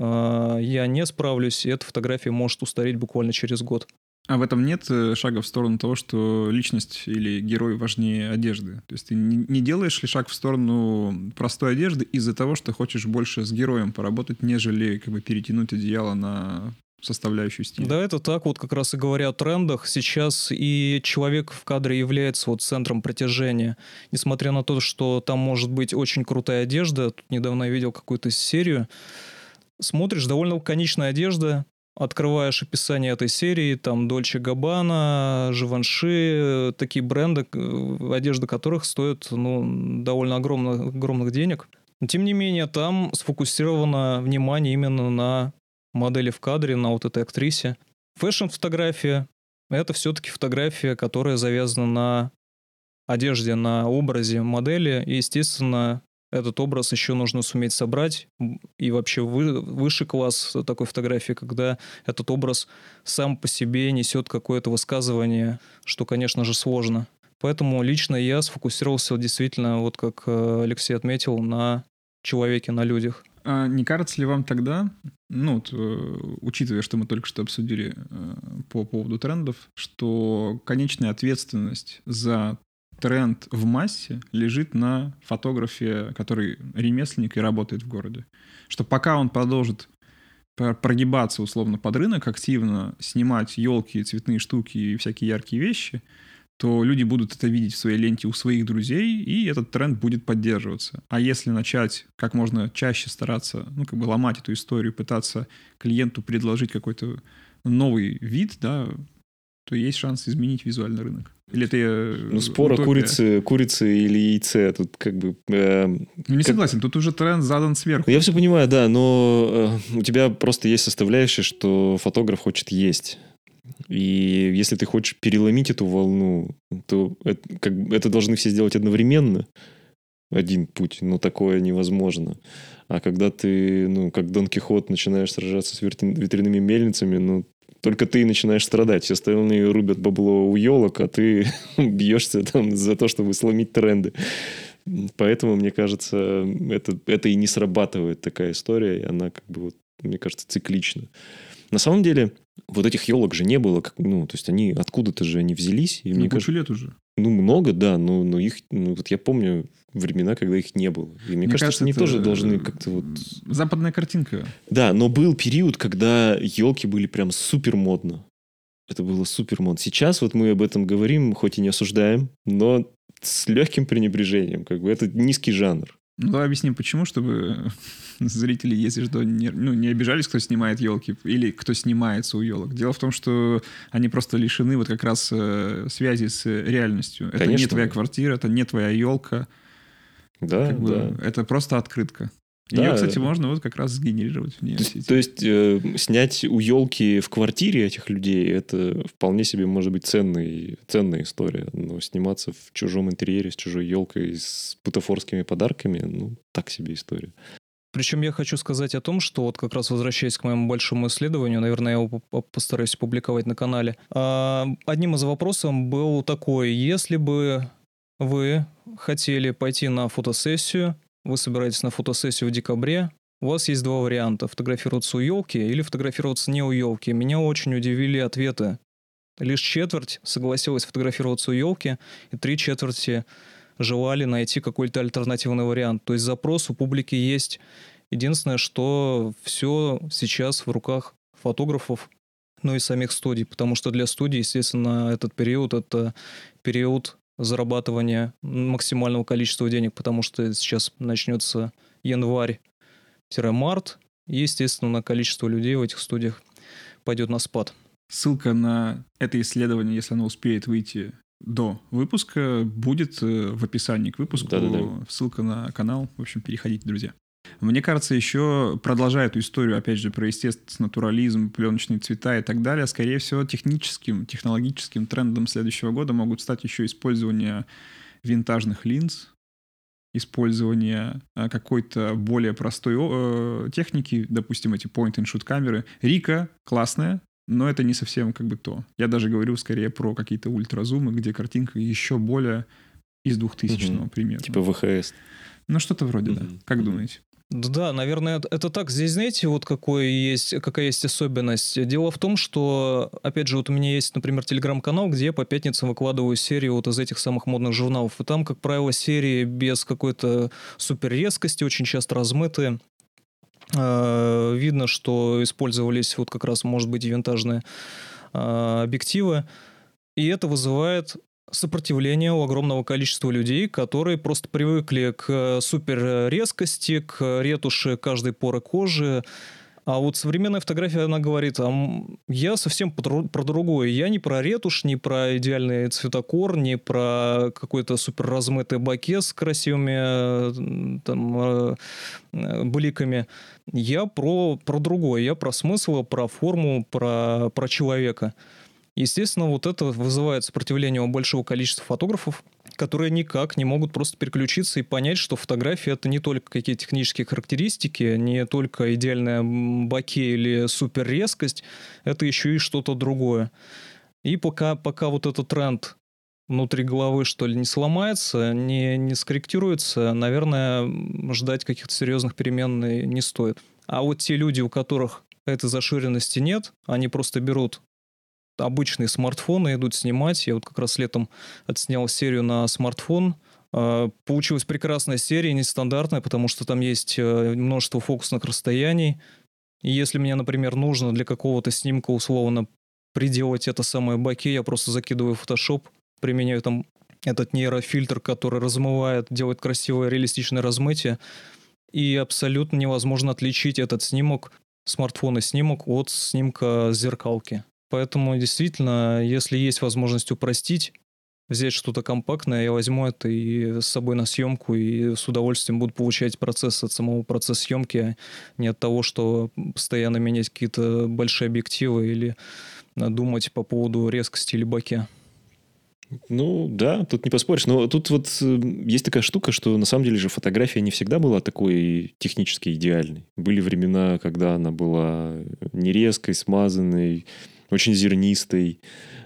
я не справлюсь, и эта фотография может устареть буквально через год. А в этом нет шага в сторону того, что личность или герой важнее одежды? То есть ты не делаешь ли шаг в сторону простой одежды из-за того, что хочешь больше с героем поработать, нежели как бы перетянуть одеяло на составляющую стиля? Да, это так, вот как раз и говоря о трендах, сейчас и человек в кадре является вот центром притяжения. Несмотря на то, что там может быть очень крутая одежда, тут недавно я видел какую-то серию, смотришь, довольно лаконичная одежда, открываешь описание этой серии, там Dolce Gabbana, Givenchy, такие бренды, одежда которых стоит довольно огромных денег. Но, тем не менее, там сфокусировано внимание именно на модели в кадре, на вот этой актрисе. Фэшн-фотография — это все-таки фотография, которая завязана на одежде, на образе модели. И, естественно, этот образ еще нужно суметь собрать. И вообще высший класс такой фотографии, когда этот образ сам по себе несет какое-то высказывание, что, конечно же, сложно. Поэтому лично я сфокусировался действительно, вот как Алексей отметил, на человеке, на людях. А не кажется ли вам тогда, учитывая, что мы только что обсудили по поводу трендов, что конечная ответственность за тренд в массе лежит на фотографе, который ремесленник и работает в городе? Что пока он продолжит прогибаться условно под рынок, активно снимать елки, цветные штуки и всякие яркие вещи, то люди будут это видеть в своей ленте у своих друзей, и этот тренд будет поддерживаться. А если начать как можно чаще стараться, ломать эту историю, пытаться клиенту предложить какой-то новый вид, да, то есть шанс изменить визуальный рынок. Или это спор о курице или яйце. Тут как бы... не согласен, тут уже тренд задан сверху. Я все понимаю, да, но у тебя просто есть составляющая, что фотограф хочет есть. И если ты хочешь переломить эту волну, то это должны все сделать одновременно. один путь, но такое невозможно. А когда ты, как Дон Кихот, начинаешь сражаться с ветряными мельницами, только ты начинаешь страдать. Все остальные рубят бабло у елок, а ты бьешься там за то, чтобы сломить тренды. Поэтому, мне кажется, это и не срабатывает такая история, и она, мне кажется, циклична. На самом деле, вот этих елок же не было, то есть они откуда-то же они взялись. И мне кучу кажется, лет уже. Много, да, но их, вот я помню времена, когда их не было. И мне кажется, они тоже должны как-то вот... Западная картинка. Да, но был период, когда елки были прям супер модно. Это было супер модно. Сейчас вот мы об этом говорим, хоть и не осуждаем, но с легким пренебрежением. Это низкий жанр. Давай объясним, почему, чтобы зрители, если что, не обижались, кто снимает елки, или кто снимается у елок. Дело в том, что они просто лишены вот как раз связи с реальностью. Это Конечно. не твоя квартира, это не твоя елка. Да, да. Это просто открытка. Да. Ее, кстати, можно вот как раз сгенерировать в нейросети. То есть снять у елки в квартире этих людей, это вполне себе может быть ценная история. Но сниматься в чужом интерьере с чужой елкой, с бутафорскими подарками, так себе история. Причем я хочу сказать о том, что вот как раз возвращаясь к моему большому исследованию, наверное, я его постараюсь опубликовать на канале, одним из вопросов был такой: если бы вы хотели пойти на фотосессию, вы собираетесь на фотосессию в декабре, у вас есть два варианта: фотографироваться у елки или фотографироваться не у елки. Меня очень удивили ответы. Лишь четверть согласилась фотографироваться у елки, и 3/4 желали найти какой-то альтернативный вариант. То есть запрос у публики есть. Единственное, что все сейчас в руках фотографов, и самих студий, потому что для студий, естественно, этот период — это период зарабатывания максимального количества денег, потому что сейчас начнется январь-март, и, естественно, количество людей в этих студиях пойдет на спад. Ссылка на это исследование, если оно успеет выйти до выпуска, будет в описании к выпуску. Да-да-да. Ссылка на канал. В общем, переходите, друзья. Мне кажется, еще продолжая эту историю, опять же, про естественный натурализм, пленочные цвета и так далее, скорее всего, технологическим трендом следующего года могут стать еще использование винтажных линз, использование какой-то более простой техники, допустим, эти point-and-shoot камеры. Рика классная, но это не совсем то. Я даже говорю скорее про какие-то ультразумы, где картинка еще более из 2000-го примерно. Типа ВХС. Что-то вроде, да. Как думаете? Да, наверное, это так. Здесь, знаете, вот какая есть особенность. Дело в том, что, опять же, вот у меня есть, например, телеграм-канал, где я по пятницам выкладываю серии вот из этих самых модных журналов. И там, как правило, серии без какой-то супер резкости, очень часто размытые. Видно, что использовались вот как раз, может быть, винтажные объективы. И это вызывает сопротивление у огромного количества людей, которые просто привыкли к супер резкости, к ретуши каждой поры кожи. А вот современная фотография, она говорит: я совсем про другое. Я не про ретушь, не про идеальный цветокор, не про какой-то супер размытый боке с красивыми бликами. Я про другое. Я про смысл, про форму, про человека. Естественно, вот это вызывает сопротивление у большого количества фотографов, которые никак не могут просто переключиться и понять, что фотография — это не только какие-то технические характеристики, не только идеальная боке или супер резкость, это еще и что-то другое. И пока вот этот тренд внутри головы, что ли, не сломается, не скорректируется, наверное, ждать каких-то серьезных перемен не стоит. А вот те люди, у которых этой зашоренности нет, они просто берут обычные смартфоны, идут снимать. Я вот как раз летом отснял серию на смартфон. Получилась прекрасная серия, нестандартная, потому что там есть множество фокусных расстояний. И если мне, например, нужно для какого-то снимка условно приделать это самое боке, я просто закидываю в Photoshop, применяю там этот нейрофильтр, который размывает, делает красивое реалистичное размытие. И абсолютно невозможно отличить этот снимок, смартфонный снимок, от снимка с зеркалки. Поэтому действительно, если есть возможность упростить, взять что-то компактное, я возьму это и с собой на съемку, и с удовольствием буду получать процесс от самого процесса съемки, а не от того, что постоянно менять какие-то большие объективы или думать по поводу резкости или боке. Ну, да, тут не поспоришь. Но тут вот есть такая штука, что на самом деле же фотография не всегда была такой технически идеальной. Были времена, когда она была нерезкой, смазанной, очень зернистой.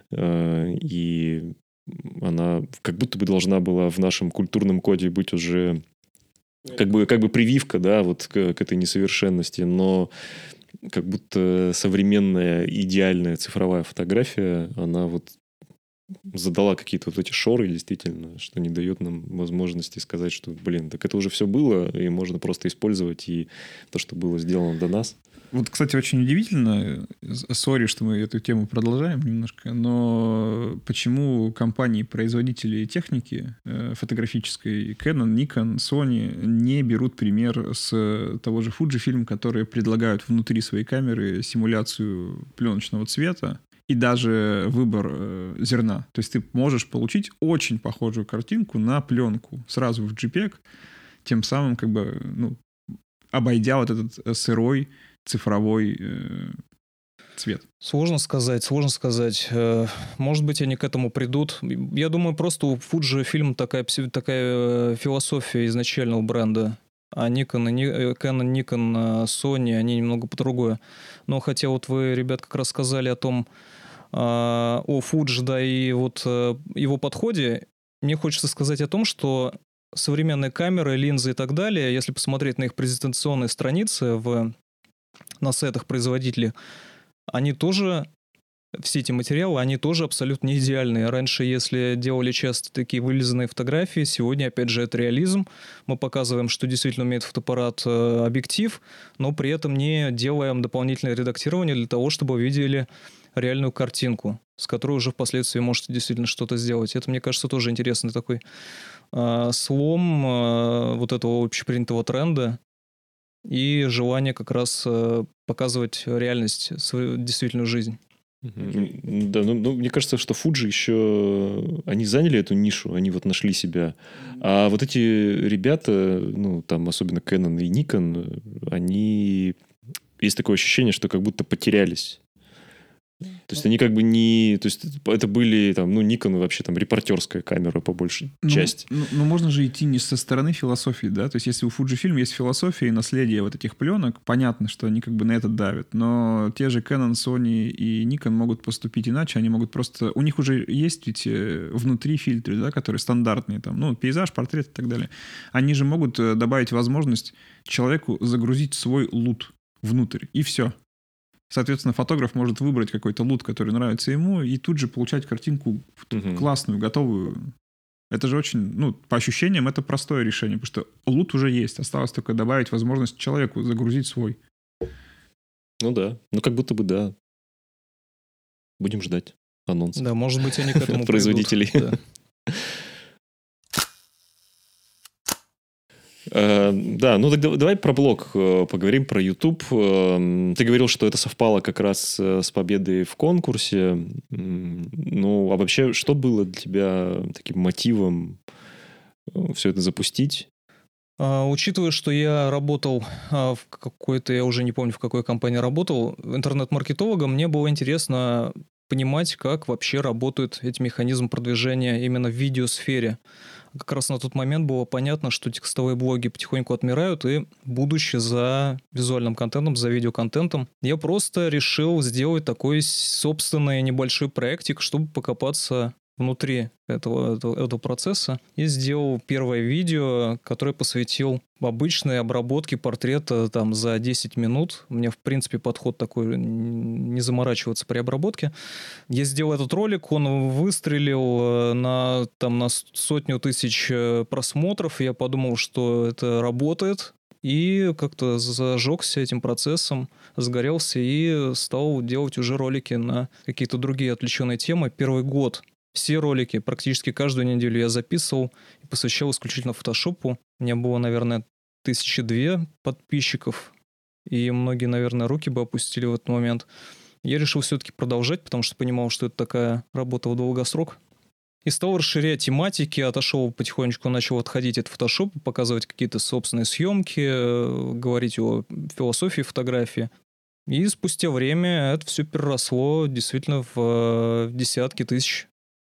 И она как будто бы должна была в нашем культурном коде быть уже как бы прививка, да, вот к этой несовершенности. Но как будто современная идеальная цифровая фотография, она вот задала какие-то вот эти шоры, действительно, что не дает нам возможности сказать, что, блин, так это уже все было, и можно просто использовать и то, что было сделано до нас. Вот, кстати, очень удивительно, сори, что мы эту тему продолжаем немножко, но почему компании-производители техники фотографической, Canon, Nikon, Sony, не берут пример с того же Fujifilm, которые предлагают внутри своей камеры симуляцию пленочного цвета, и даже выбор зерна. То есть ты можешь получить очень похожую картинку на пленку сразу в JPEG, тем самым как бы, ну, обойдя вот этот сырой цифровой цвет. Сложно сказать. Может быть, они к этому придут. Я думаю, просто у Fujifilm такая философия изначального бренда. А Canon, Nikon, Sony, они немного по-другое. Но хотя вот вы, ребят, как раз сказали о Fuji, да, и вот его подходе, мне хочется сказать о том, что современные камеры, линзы и так далее, если посмотреть на их презентационные страницы на сайтах производителей, они тоже, все эти материалы, они тоже абсолютно не идеальные. Раньше, если делали часто такие вылизанные фотографии, сегодня, опять же, это реализм. Мы показываем, что действительно умеет фотоаппарат, объектив, но при этом не делаем дополнительное редактирование для того, чтобы вы видели реальную картинку, с которой уже впоследствии можете действительно что-то сделать. Это, мне кажется, тоже интересный такой слом вот этого общепринятого тренда и желание как раз показывать реальность, свою действительную жизнь. Да, ну, мне кажется, что Fuji еще... Они заняли эту нишу, они вот нашли себя. А вот эти ребята, ну, там особенно Canon и Nikon, они... Есть такое ощущение, что как будто потерялись. То есть они как бы не... То есть это были там, ну, Nikon вообще там репортерская камера по большей части. Ну, можно же идти не со стороны философии, да? То есть если у Fujifilm есть философия и наследие вот этих пленок, понятно, что они как бы на это давят. Но те же Canon, Sony и Nikon могут поступить иначе. Они могут просто... У них уже есть ведь внутри фильтры, да, которые стандартные, там, ну, пейзаж, портрет и так далее. Они же могут добавить возможность человеку загрузить свой лут внутрь, и все. Соответственно, фотограф может выбрать какой-то лут, который нравится ему, и тут же получать картинку классную, готовую. Это же очень, ну, по ощущениям, это простое решение, потому что лут уже есть. Осталось только добавить возможность человеку загрузить свой. Ну да, ну как будто бы да. Будем ждать анонсов. Да, может быть, они к этому производителей. придут. Да. Да, ну так давай про блог поговорим, про YouTube. Ты говорил, что это совпало как раз с победой в конкурсе. Ну, а вообще, что было для тебя таким мотивом все это запустить? Учитывая, что я работал в какой-то, я уже не помню, в какой компании работал, интернет-маркетологом, мне было интересно понимать, как вообще работают эти механизмы продвижения именно в видеосфере. Как раз на тот момент было понятно, что текстовые блоги потихоньку отмирают, и будущее за визуальным контентом, за видеоконтентом. Я просто решил сделать такой собственный небольшой проектик, чтобы покопаться внутри этого процесса, и сделал первое видео, которое посвятил обычной обработке портрета там за 10 минут. У меня, в принципе, подход такой, не заморачиваться при обработке. Я сделал этот ролик, он выстрелил на 100 тысяч просмотров. Я подумал, что это работает, и как-то зажегся этим процессом, сгорелся и стал делать уже ролики на какие-то другие отвлеченные темы. Первый год все ролики, практически каждую неделю я записывал и посвящал исключительно фотошопу. У меня было, наверное, 1002 подписчиков, и многие, наверное, руки бы опустили в этот момент. Я решил все-таки продолжать, потому что понимал, что это такая работа в долгосрок. И стал расширять тематики, отошел потихонечку, начал отходить от фотошопа, показывать какие-то собственные съемки, говорить о философии фотографии. И спустя время это все переросло действительно в десятки тысяч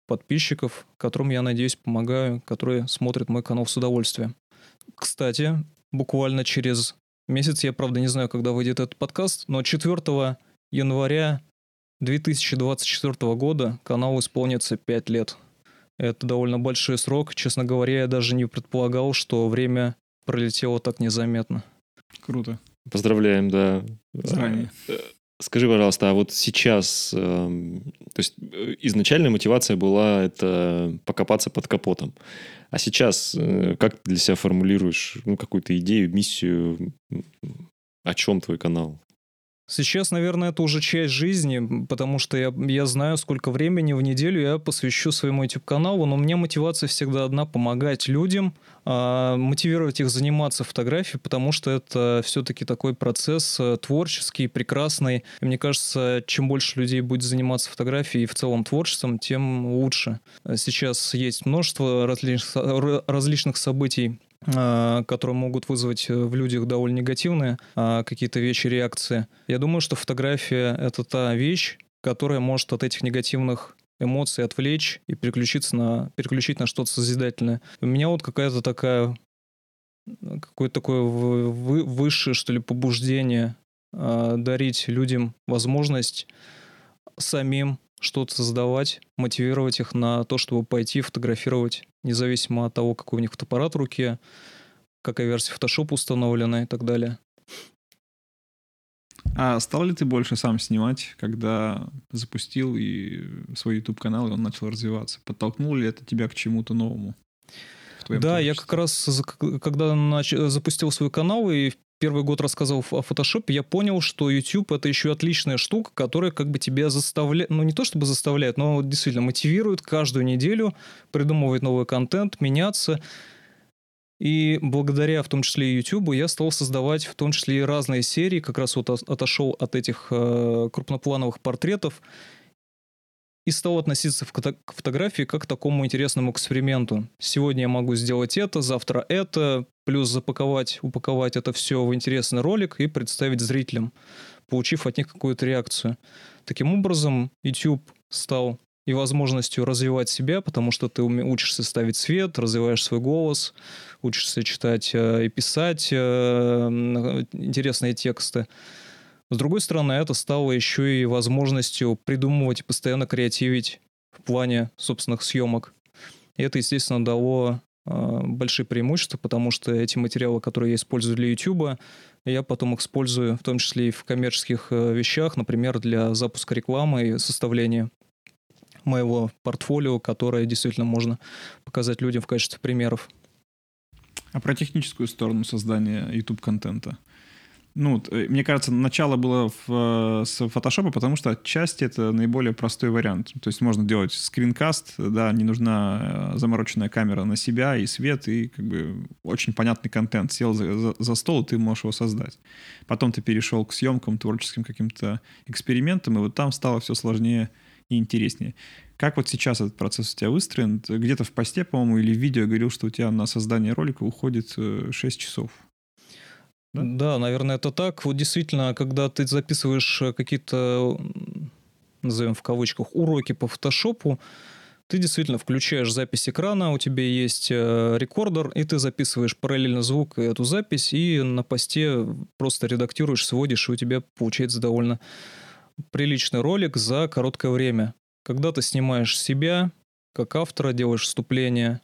подписчиков, которым, я надеюсь, помогаю, которые смотрят мой канал с удовольствием. Кстати, буквально через месяц, я, правда, не знаю, когда выйдет этот подкаст, но 4 января 2024 года каналу исполнится 5 лет. Это довольно большой срок. Честно говоря, я даже не предполагал, что время пролетело так незаметно. Круто. Поздравляем, да. Заранее. Скажи, пожалуйста, а вот сейчас, то есть изначальная мотивация была это покопаться под капотом, а сейчас как ты для себя формулируешь какую-то идею, миссию, о чем твой канал? Сейчас, наверное, это уже часть жизни, потому что я знаю, сколько времени в неделю я посвящу своему YouTube-каналу, но у меня мотивация всегда одна — помогать людям, мотивировать их заниматься фотографией, потому что это все-таки такой процесс творческий, прекрасный. И мне кажется, чем больше людей будет заниматься фотографией и в целом творчеством, тем лучше. Сейчас есть множество различных событий, которые могут вызвать в людях довольно негативные какие-то вещи, реакции. Я думаю, что фотография — это та вещь, которая может от этих негативных эмоций отвлечь и переключить на что-то созидательное. У меня вот какая-то такая, какое-то такое высшее, что ли, побуждение дарить людям возможность самим что-то создавать, мотивировать их на то, чтобы пойти фотографировать, независимо от того, какой у них фотоаппарат в руке, какая версия Photoshop установлена и так далее. А стал ли ты больше сам снимать, когда запустил и свой YouTube-канал, и он начал развиваться? Подтолкнул ли это тебя к чему-то новому? Да, я как раз, когда запустил свой канал и первый год рассказывал о Photoshop, я понял, что YouTube — это еще отличная штука, которая как бы тебя заставляет, не то чтобы заставляет, но действительно мотивирует каждую неделю придумывать новый контент, меняться. И благодаря, в том числе и YouTube, я стал создавать в том числе и разные серии, как раз вот отошел от этих крупноплановых портретов и стал относиться к фотографии как к такому интересному эксперименту. Сегодня я могу сделать это, завтра это, плюс упаковать это все в интересный ролик и представить зрителям, получив от них какую-то реакцию. Таким образом, YouTube стал и возможностью развивать себя, потому что ты учишься ставить свет, развиваешь свой голос, учишься читать и писать интересные тексты. С другой стороны, это стало еще и возможностью придумывать и постоянно креативить в плане собственных съемок. И это, естественно, дало большие преимущества, потому что эти материалы, которые я использую для YouTube, я потом их использую в том числе и в коммерческих вещах, например, для запуска рекламы и составления моего портфолио, которое действительно можно показать людям в качестве примеров. А про техническую сторону создания YouTube-контента? Мне кажется, начало было с Photoshop, потому что отчасти это наиболее простой вариант. То есть можно делать скринкаст, да, не нужна замороченная камера на себя и свет, и как бы очень понятный контент. Сел за стол, и ты можешь его создать. Потом ты перешел к съемкам, творческим каким-то экспериментам, и вот там стало все сложнее и интереснее. Как вот сейчас этот процесс у тебя выстроен? Где-то в посте, по-моему, или в видео говорил, что у тебя на создание ролика уходит 6 часов. Да, наверное, это так. Вот действительно, когда ты записываешь какие-то, назовем в кавычках, уроки по фотошопу, ты действительно включаешь запись экрана, у тебя есть рекордер, и ты записываешь параллельно звук и эту запись, и на посте просто редактируешь, сводишь, и у тебя получается довольно приличный ролик за короткое время. Когда ты снимаешь себя как автора, делаешь вступление,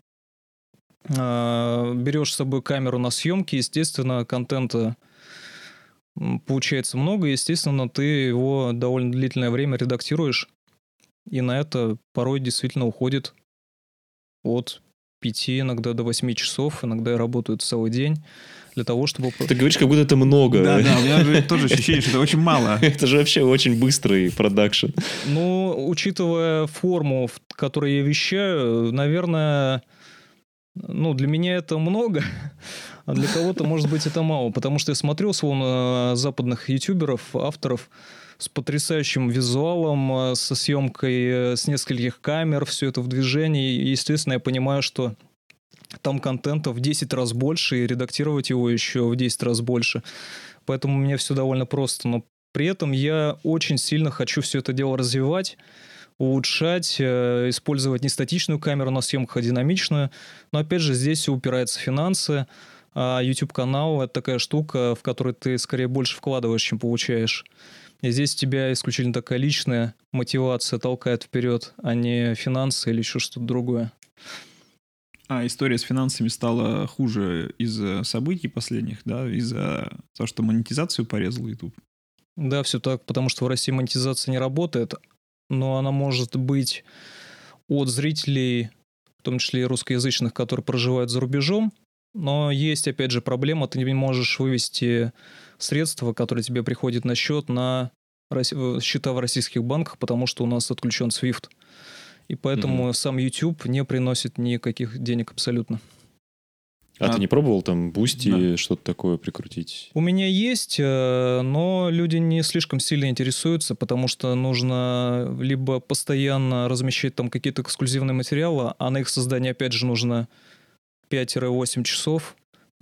берешь с собой камеру на съемки, естественно, контента получается много, естественно, ты его довольно длительное время редактируешь, и на это порой действительно уходит от 5 иногда до 8 часов, иногда я работаю целый день для того, чтобы... Ты говоришь, как будто это много. Да, у меня тоже ощущение, что это очень мало. Это же вообще очень быстрый продакшн. Учитывая форму, в которой я вещаю, наверное... для меня это много, а для кого-то, может быть, это мало. Потому что я смотрю, словно, западных ютуберов, авторов с потрясающим визуалом, со съемкой с нескольких камер, все это в движении. И, естественно, я понимаю, что там контента в 10 раз больше, и редактировать его еще в 10 раз больше. Поэтому мне все довольно просто. Но при этом я очень сильно хочу все это дело развивать. улучшать, использовать не статичную камеру на съемках, а динамичную. Но опять же, здесь все упирается в финансы. А YouTube-канал — это такая штука, в которой ты скорее больше вкладываешь, чем получаешь. И здесь тебя исключительно такая личная мотивация толкает вперед, а не финансы или еще что-то другое. А история с финансами стала хуже из-за событий последних, да? Из-за того, что монетизацию порезал YouTube? Да, все так, потому что в России монетизация не работает, но она может быть от зрителей, в том числе и русскоязычных, которые проживают за рубежом. Но есть, опять же, проблема, ты не можешь вывести средства, которые тебе приходят на счет, на счета в российских банках, потому что у нас отключен SWIFT. И поэтому сам YouTube не приносит никаких денег абсолютно. А ты не пробовал там Boosty, что-то такое прикрутить? У меня есть, но люди не слишком сильно интересуются, потому что нужно либо постоянно размещать там какие-то эксклюзивные материалы, а на их создание, опять же, нужно 5-8 часов.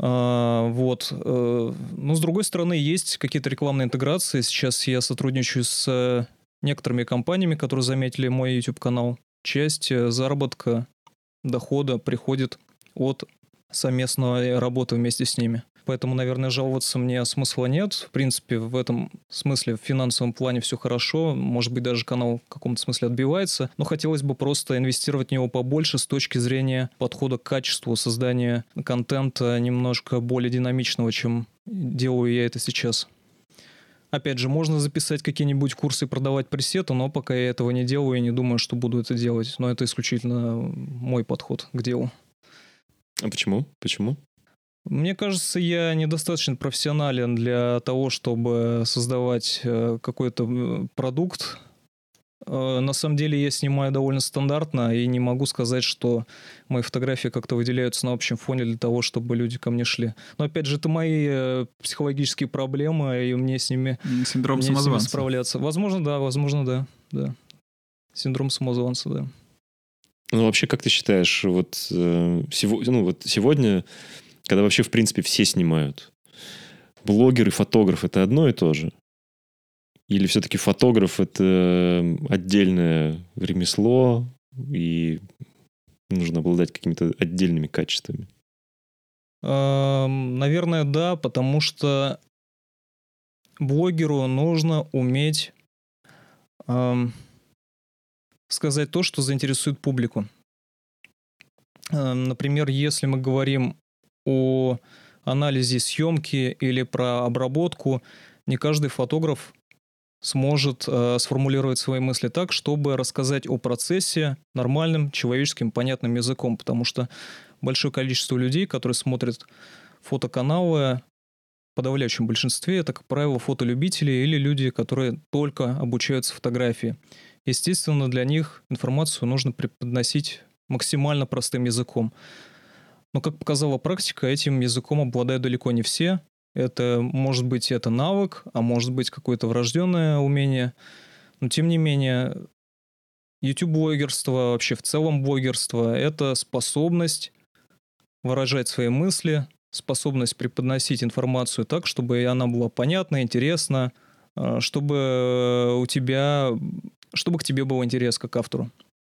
Вот. Но, с другой стороны, есть какие-то рекламные интеграции. Сейчас я сотрудничаю с некоторыми компаниями, которые заметили мой YouTube-канал. Часть заработка, дохода приходит от совместной работы вместе с ними. Поэтому, наверное, жаловаться мне смысла нет. В принципе, в этом смысле, в финансовом плане все хорошо. Может быть, даже канал в каком-то смысле отбивается. Но хотелось бы просто инвестировать в него побольше с точки зрения подхода к качеству создания контента немножко более динамичного, чем делаю я это сейчас. Опять же, можно записать какие-нибудь курсы и продавать пресеты, но пока я этого не делаю и не думаю, что буду это делать. Но это исключительно мой подход к делу. А почему? Почему? Мне кажется, я недостаточно профессионален для того, чтобы создавать какой-то продукт. На самом деле я снимаю довольно стандартно и не могу сказать, что мои фотографии как-то выделяются на общем фоне для того, чтобы люди ко мне шли. Но опять же, это мои психологические проблемы, и мне с ними, Синдром мне с ними самозванца. справляться. Возможно, да. Синдром самозванца, да. Ну, вообще, как ты считаешь, вот сегодня, когда вообще, в принципе, все снимают, блогер и фотограф — это одно и то же? Или все-таки фотограф — это отдельное ремесло, и нужно обладать какими-то отдельными качествами? Наверное, да, потому что блогеру нужно уметь сказать то, что заинтересует публику. Например, если мы говорим о анализе съемки или про обработку, не каждый фотограф сможет сформулировать свои мысли так, чтобы рассказать о процессе нормальным, человеческим, понятным языком, потому что большое количество людей, которые смотрят фотоканалы, в подавляющем большинстве это, как правило, фотолюбители или люди, которые только обучаются фотографии. Естественно, для них информацию нужно преподносить максимально простым языком. Но, как показала практика, этим языком обладают далеко не все. Это может быть это навык, а может быть какое-то врожденное умение. Но, тем не менее, YouTube-блогерство, вообще в целом блогерство — это способность выражать свои мысли, способность преподносить информацию так, чтобы она была понятна, интересна, чтобы к тебе был интерес как автору.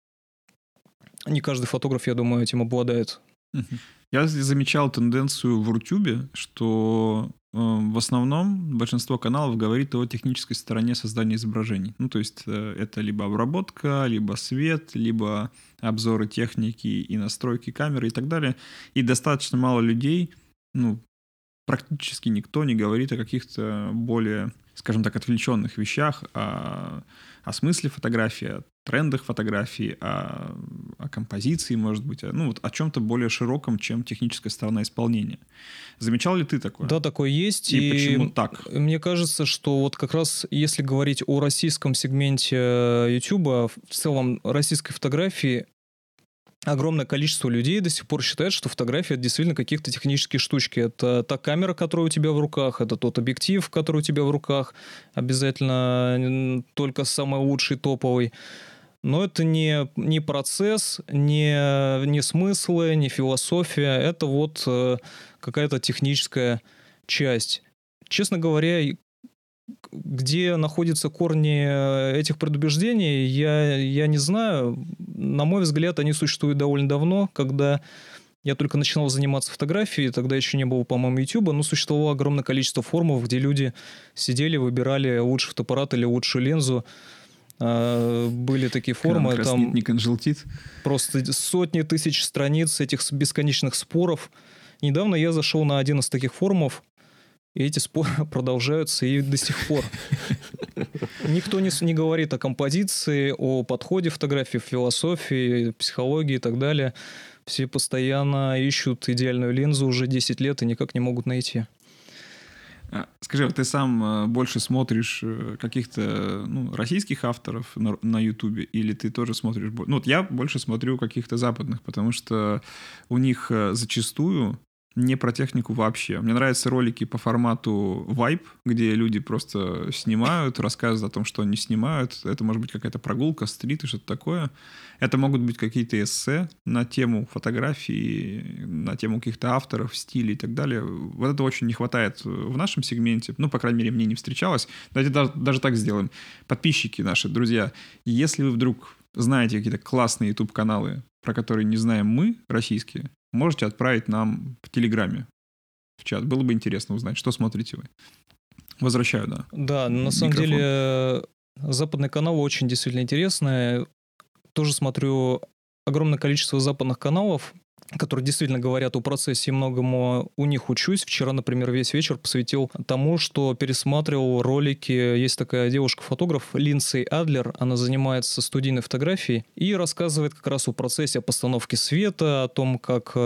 Не каждый фотограф, я думаю, этим обладает. Я замечал тенденцию в Рутюбе, что в основном большинство каналов говорит о технической стороне создания изображений. Ну, то есть это либо обработка, либо свет, либо обзоры техники и настройки камеры и так далее. И достаточно мало людей, практически никто не говорит о каких-то более, скажем так, отвлеченных вещах, о смысле фотографии, о трендах фотографии, о композиции, может быть, о чем-то более широком, чем техническая сторона исполнения. Замечал ли ты такое? Да, такое есть. И почему так? Мне кажется, что вот как раз если говорить о российском сегменте YouTube, в целом российской фотографии, огромное количество людей до сих пор считает, что фотография — это действительно какие-то технические штучки. Это та камера, которая у тебя в руках, это тот объектив, который у тебя в руках, обязательно только самый лучший, топовый. Но это не процесс, не смыслы, не философия. Это вот какая-то техническая часть. Честно говоря, Где находятся корни этих предубеждений, я не знаю. На мой взгляд, они существуют довольно давно, когда я только начинал заниматься фотографией, тогда еще не было, по-моему, YouTube, но существовало огромное количество форумов, где люди сидели, выбирали лучший фотоаппарат или лучшую линзу. Были такие форумы, там Никон желтит. просто сотни тысяч страниц этих бесконечных споров. Недавно я зашел на один из таких форумов, и эти споры продолжаются и до сих пор. Никто не говорит о композиции, о подходе фотографии, философии, психологии и так далее. Все постоянно ищут идеальную линзу уже 10 лет и никак не могут найти. Скажи, ты сам больше смотришь каких-то российских авторов на Ютубе, или ты тоже смотришь... я больше смотрю каких-то западных, потому что у них зачастую не про технику вообще. Мне нравятся ролики по формату Vibe, где люди просто снимают, рассказывают о том, что они снимают. Это может быть какая-то прогулка, стрит и что-то такое. Это могут быть какие-то эссе на тему фотографии, на тему каких-то авторов, стилей и так далее. Вот это очень не хватает в нашем сегменте. По крайней мере, мне не встречалось. Давайте даже так сделаем. Подписчики наши, друзья, если вы вдруг знаете какие-то классные YouTube-каналы, про которые не знаем мы, российские, можете отправить нам в Телеграме, в чат. Было бы интересно узнать, что смотрите вы. Возвращаю, да. Да, на самом деле западные каналы очень действительно интересные. Тоже смотрю огромное количество западных каналов, которые действительно говорят о процессе, и многому у них учусь. Вчера, например, весь вечер посвятил тому, что пересматривал ролики. Есть такая девушка-фотограф Линдсей Адлер, она занимается студийной фотографией и рассказывает как раз о процессе постановки света, о том,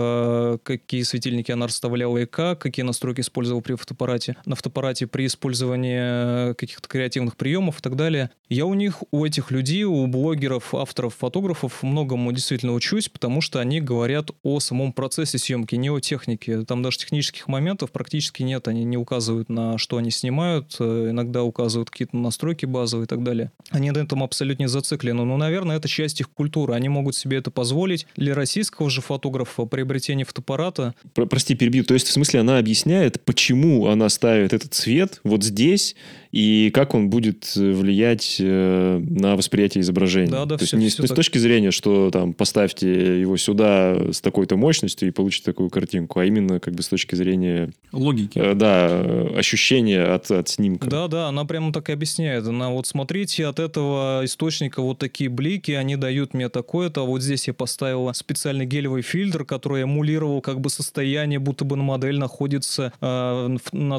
какие светильники она расставляла и какие настройки использовала на фотоаппарате при использовании каких-то креативных приемов и так далее. Я у этих людей, у блогеров, авторов, фотографов многому действительно учусь, потому что они говорят о самом процессе съемки, не о технике. Там даже технических моментов практически нет. Они не указывают, на что они снимают, иногда указывают какие-то настройки базовые и так далее. Они на этом абсолютно не зациклены. Но, наверное, это часть их культуры. Они могут себе это позволить. Для российского же фотографа приобретение фотоаппарата... Прости, перебью. То есть, в смысле, она объясняет, почему она ставит этот цвет вот здесь, и как он будет влиять на восприятие изображения. Да, То есть не с точки зрения, что там поставьте его сюда с такой-то мощностью и получите такую картинку, а именно как бы с точки зрения... логики. Да, ощущения от снимка. Да, она прямо так и объясняет. Она вот смотрите, от этого источника вот такие блики, они дают мне такое-то. Вот здесь я поставила специальный гелевый фильтр, который эмулировал как бы состояние, будто бы на модель находится. Мы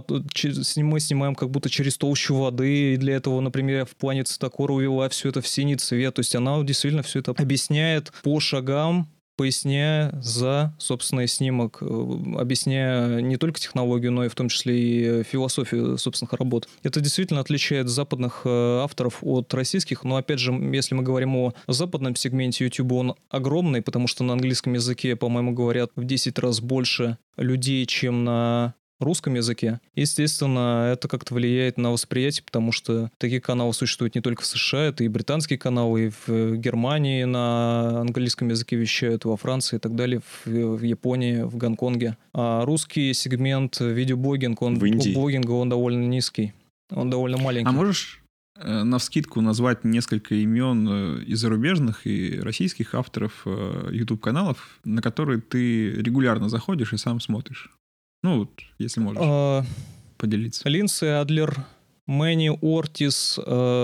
снимаем как будто через толщу воды, и для этого, например, в плане цветокора увела все это в синий цвет. То есть она действительно все это объясняет по шагам, поясняя за собственный снимок, объясняя не только технологию, но и в том числе и философию собственных работ. Это действительно отличает западных авторов от российских, но опять же, если мы говорим о западном сегменте YouTube, он огромный, потому что на английском языке, по-моему, говорят в 10 раз больше людей, чем на русском языке. Естественно, это как-то влияет на восприятие, потому что такие каналы существуют не только в США, это и британские каналы, и в Германии на английском языке вещают, во Франции и так далее, в Японии, в Гонконге. А русский сегмент видеоблогинга, он довольно низкий, он довольно маленький. А можешь навскидку назвать несколько имен и зарубежных, и российских авторов YouTube-каналов, на которые ты регулярно заходишь и сам смотришь? Если можешь поделиться. Линдсей Адлер, Мэнни Ортис,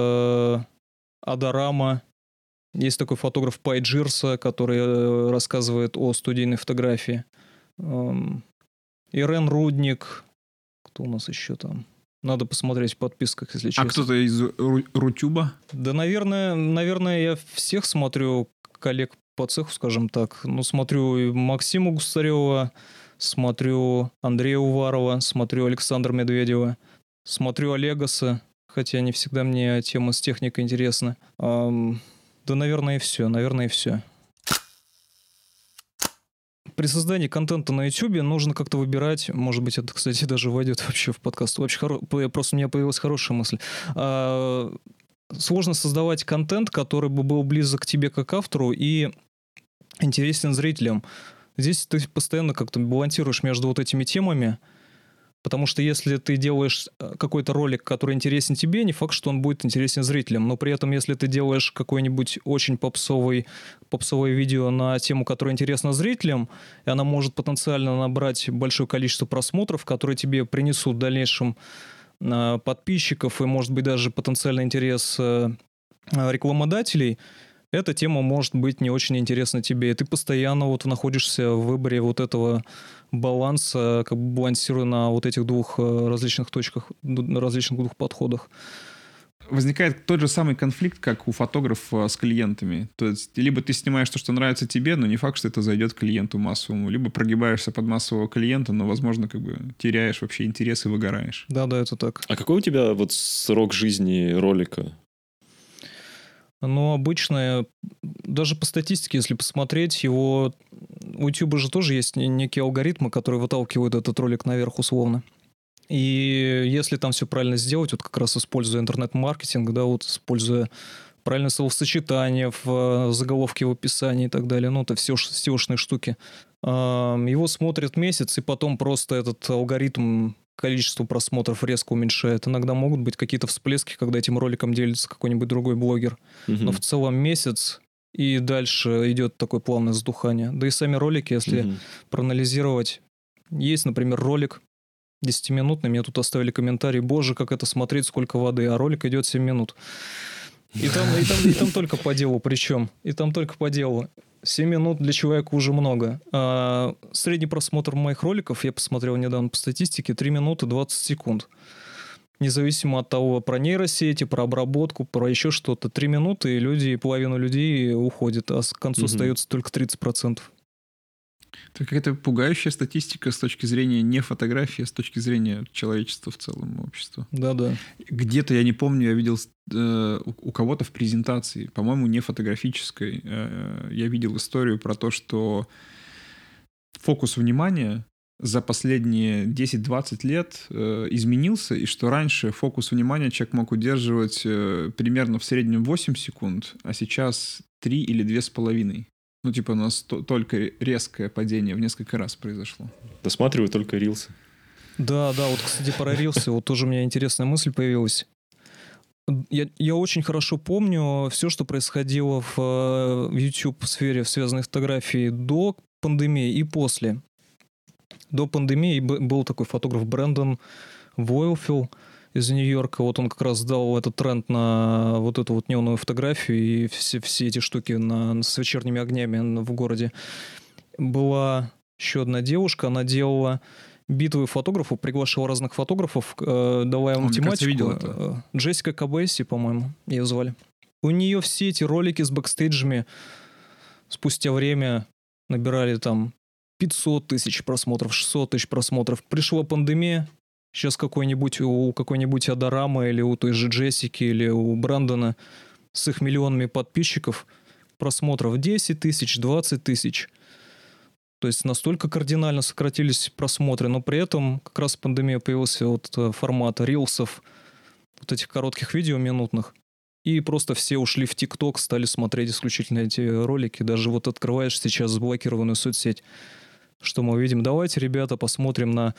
Адорама. Есть такой фотограф Пай Джирса, который рассказывает о студийной фотографии. Ирен Рудник. Кто у нас еще там? Надо посмотреть в подписках, если честно. А кто-то из Рутюба? Да, наверное, я всех смотрю, коллег по цеху, скажем так. Смотрю и Максима Густарева, смотрю Андрея Уварова, смотрю Александра Медведева, смотрю Олегаса, хотя не всегда мне тема с техникой интересна. Да, наверное, и все. При создании контента на YouTube нужно как-то выбирать, может быть, это, кстати, даже войдет вообще в подкаст. Просто у меня появилась хорошая мысль. Сложно создавать контент, который бы был близок к тебе как автору и интересен зрителям. Здесь ты постоянно как-то балансируешь между вот этими темами. Потому что если ты делаешь какой-то ролик, который интересен тебе, не факт, что он будет интересен зрителям. Но при этом, если ты делаешь какой-нибудь очень попсовое видео на тему, которая интересна зрителям, и она может потенциально набрать большое количество просмотров, которые тебе принесут в дальнейшем подписчиков и, может быть, даже потенциальный интерес рекламодателей, эта тема может быть не очень интересна тебе. И ты постоянно вот находишься в выборе вот этого баланса, как бы балансируя на вот этих двух различных точках, на различных двух подходах. Возникает тот же самый конфликт, как у фотографа с клиентами. То есть либо ты снимаешь то, что нравится тебе, но не факт, что это зайдет клиенту массовому, либо прогибаешься под массового клиента, но, возможно, как бы теряешь вообще интерес и выгораешь. Да, это так. А какой у тебя вот срок жизни ролика? Ну, обычно, даже по статистике, если посмотреть, у YouTube же тоже есть некие алгоритмы, которые выталкивают этот ролик наверх условно. И если там все правильно сделать, вот как раз используя интернет-маркетинг, да, вот используя правильное словосочетание в заголовке, в описании и так далее, ну, это все SEO-шные штуки, его смотрят месяц, и потом просто этот алгоритм количество просмотров резко уменьшает. Иногда могут быть какие-то всплески, когда этим роликом делится какой-нибудь другой блогер. Но в целом месяц, и дальше идет такое плавное затухание. Да и сами ролики, если проанализировать, есть, например, ролик 10-минутный, мне тут оставили комментарий: боже, как это смотреть, сколько воды, а ролик идет 7 минут. И там только по делу, причем. И там только по делу. 7 минут для человека уже много. Средний просмотр моих роликов, я посмотрел недавно по статистике, 3 минуты 20 секунд. Независимо от того, про нейросети, про обработку, про еще что-то. 3 минуты, и половина людей уходит, а к концу остается только 30%. Это какая-то пугающая статистика с точки зрения не фотографии, а с точки зрения человечества в целом, общества. Да. Где-то, я не помню, я видел у кого-то в презентации, по-моему, не фотографической, я видел историю про то, что фокус внимания за последние 10-20 лет изменился, и что раньше фокус внимания человек мог удерживать примерно в среднем 8 секунд, а сейчас 3 или 2,5. Ну, типа, у нас только резкое падение в несколько раз произошло. Досматриваю только рилсы. Да, вот, кстати, про рилсы. Вот тоже у меня интересная мысль появилась. Я очень хорошо помню все, что происходило в YouTube-сфере, в связанной фотографии до пандемии и после. До пандемии был такой фотограф Брэндон Войлфилл из Нью-Йорка. Вот он как раз дал этот тренд на вот эту вот неоновую фотографию и все эти штуки с вечерними огнями в городе. Была еще одна девушка, она делала битвы фотографов, приглашала разных фотографов, давая им тематику. Джессика Кабесси, по-моему, ее звали. У нее все эти ролики с бэкстейджами спустя время набирали там 500 тысяч просмотров, 600 тысяч просмотров. Пришла пандемия. Сейчас у какой-нибудь Адорамы или у той же Джессики или у Брэндона с их миллионами подписчиков просмотров 10 тысяч, 20 тысяч. То есть настолько кардинально сократились просмотры, но при этом как раз в пандемии появился вот формат рилсов, вот этих коротких видео минутных. И просто все ушли в ТикТок, стали смотреть исключительно эти ролики. Даже вот открываешь сейчас заблокированную соцсеть. Что мы видим? Давайте, ребята, посмотрим на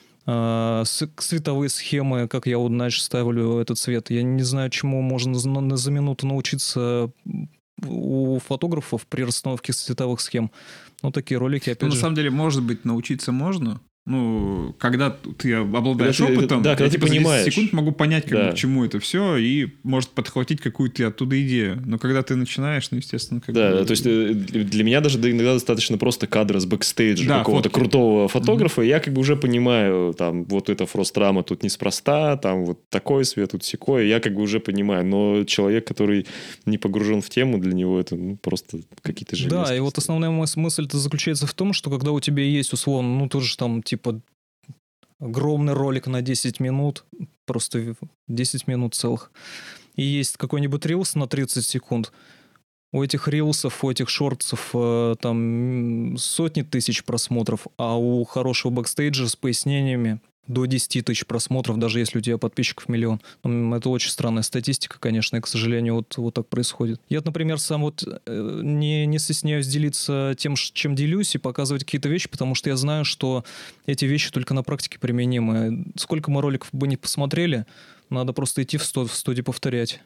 цветовые схемы, как я вот дальше ставлю этот цвет. Я не знаю, чему можно за минуту научиться у фотографов при расстановке цветовых схем. Но такие ролики, опять же... На самом деле, может быть, научиться можно. Ну, когда ты обладаешь опытом, да, когда ты понимаешь. За 10 секунд могу понять, к чему это все, и может подхватить какую-то оттуда идею. Но когда ты начинаешь, ну, естественно... то есть для меня даже иногда достаточно просто кадра с бэкстейджа какого-то крутого фотографа, и я как бы уже понимаю, там, вот эта фрост-рама тут неспроста, там вот такой свет, тут сякой, я как бы уже понимаю. Но человек, который не погружен в тему, для него это просто какие-то железки. Да, и вот основная мысль-то заключается в том, что когда у тебя есть, условно, ну, тоже там, типа, огромный ролик на 10 минут, просто 10 минут целых, и есть какой-нибудь рилс на 30 секунд, у этих рилсов, у этих шортсов там сотни тысяч просмотров, а у хорошего бэкстейджа с пояснениями до 10 тысяч просмотров, даже если у тебя подписчиков миллион. Это очень странная статистика, конечно, и, к сожалению, вот так происходит. Я, например, сам не стесняюсь делиться тем, чем делюсь, и показывать какие-то вещи, потому что я знаю, что эти вещи только на практике применимы. Сколько мы роликов бы не посмотрели, надо просто идти в студию повторять.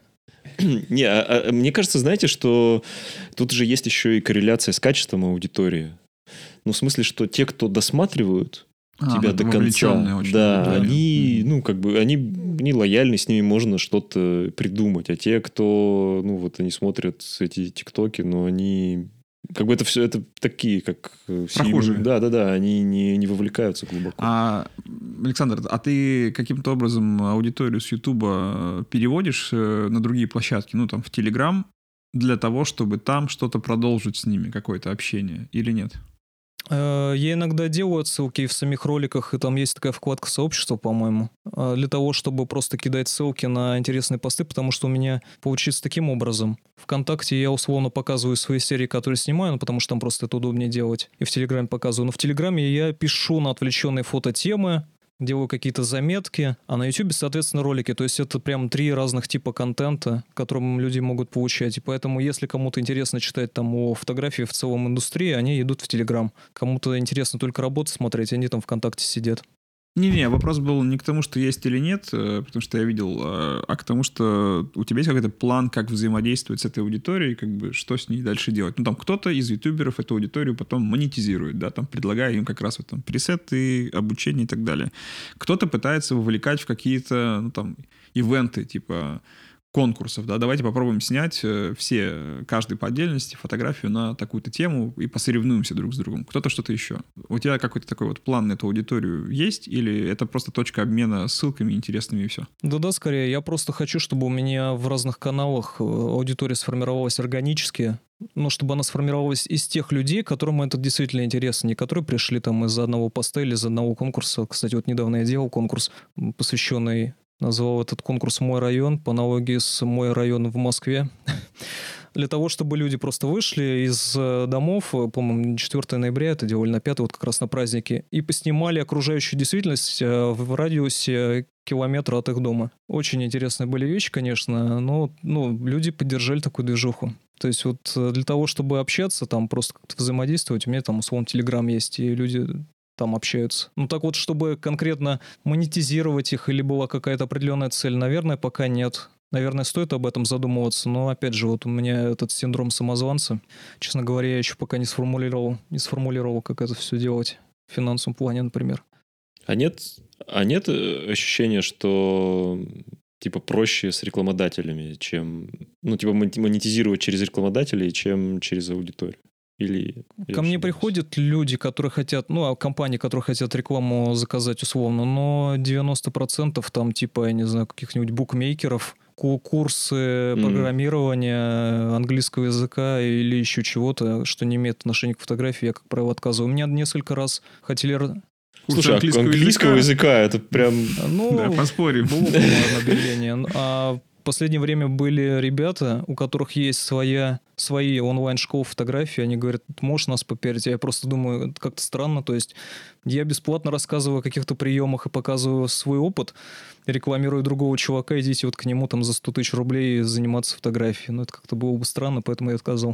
Не, мне кажется, знаете, что тут же есть еще и корреляция с качеством аудитории. Ну, в смысле, что те, кто досматривают тебя до конца, очень, да, они, они лояльны, с ними можно что-то придумать. А те, кто, они смотрят эти тиктоки, но они... Как бы это все, это такие, как... Прохожие. Да, они не вовлекаются глубоко. Александр, а ты каким-то образом аудиторию с Ютуба переводишь на другие площадки, в Телеграм, для того, чтобы там что-то продолжить с ними, какое-то общение, или нет? Я иногда делаю отсылки в самих роликах, и там есть такая вкладка сообщества, по-моему, для того, чтобы просто кидать ссылки на интересные посты, потому что у меня получится таким образом. ВКонтакте я условно показываю свои серии, которые снимаю, потому что там просто это удобнее делать, и в Телеграме показываю. Но в Телеграме я пишу на отвлеченные фототемы, делаю какие-то заметки, а на YouTube, соответственно, ролики. То есть это прям 3 разных типа контента, которым люди могут получать. И поэтому, если кому-то интересно читать там о фотографии в целом индустрии, они идут в Telegram. Кому-то интересно только работу смотреть, они там ВКонтакте сидят. Не-не, вопрос был не к тому, что есть или нет, потому что я видел, а к тому, что у тебя есть какой-то план, как взаимодействовать с этой аудиторией, как бы что с ней дальше делать. Кто-то из ютуберов эту аудиторию потом монетизирует, да, предлагая им как раз пресеты, обучение и так далее. Кто-то пытается вовлекать в какие-то, ивенты, типа конкурсов, да, давайте попробуем снять каждый по отдельности фотографию на такую-то тему и посоревнуемся друг с другом. Кто-то что-то еще. У тебя какой-то такой план на эту аудиторию есть, или это просто точка обмена ссылками интересными и все? Да, скорее. Я просто хочу, чтобы у меня в разных каналах аудитория сформировалась органически, чтобы она сформировалась из тех людей, которым это действительно интересно, не которые пришли там из-за одного поста или из-за одного конкурса. Кстати, недавно я делал конкурс, посвященный... Назвал этот конкурс «Мой район» по аналогии с «Мой район в Москве». Для того, чтобы люди просто вышли из домов, по-моему, 4 ноября это делали, на 5 как раз на праздники, и поснимали окружающую действительность в радиусе километра от их дома. Очень интересные были вещи, конечно, но люди поддержали такую движуху. То есть для того, чтобы общаться, там просто как-то взаимодействовать, у меня там условно Телеграм есть, и люди... там общаются. Чтобы конкретно монетизировать их или была какая-то определенная цель, наверное, пока нет. Наверное, стоит об этом задумываться, но, опять же, у меня этот синдром самозванца. Честно говоря, я еще пока не сформулировал, как это все делать в финансовом плане, например. А нет ощущения, что проще с рекламодателями, чем... монетизировать через рекламодателей, чем через аудиторию? Ко мне приходят люди, которые хотят, компании, которые хотят рекламу заказать условно, но 90% там я не знаю, каких-нибудь букмекеров, курсы программирования, английского языка или еще чего-то, что не имеет отношения к фотографии, я, как правило, отказываю. У меня несколько раз хотели... Слушай, английского языка это прям... Да, поспорим. Было, по-моему, объявление. А в последнее время были ребята, у которых есть свои онлайн-школы фотографии, они говорят, можешь нас попиарить? Я просто думаю, это как-то странно, то есть я бесплатно рассказываю о каких-то приемах и показываю свой опыт, рекламирую другого чувака, идите к нему там за 100 тысяч рублей заниматься фотографией. Это как-то было бы странно, поэтому я отказал.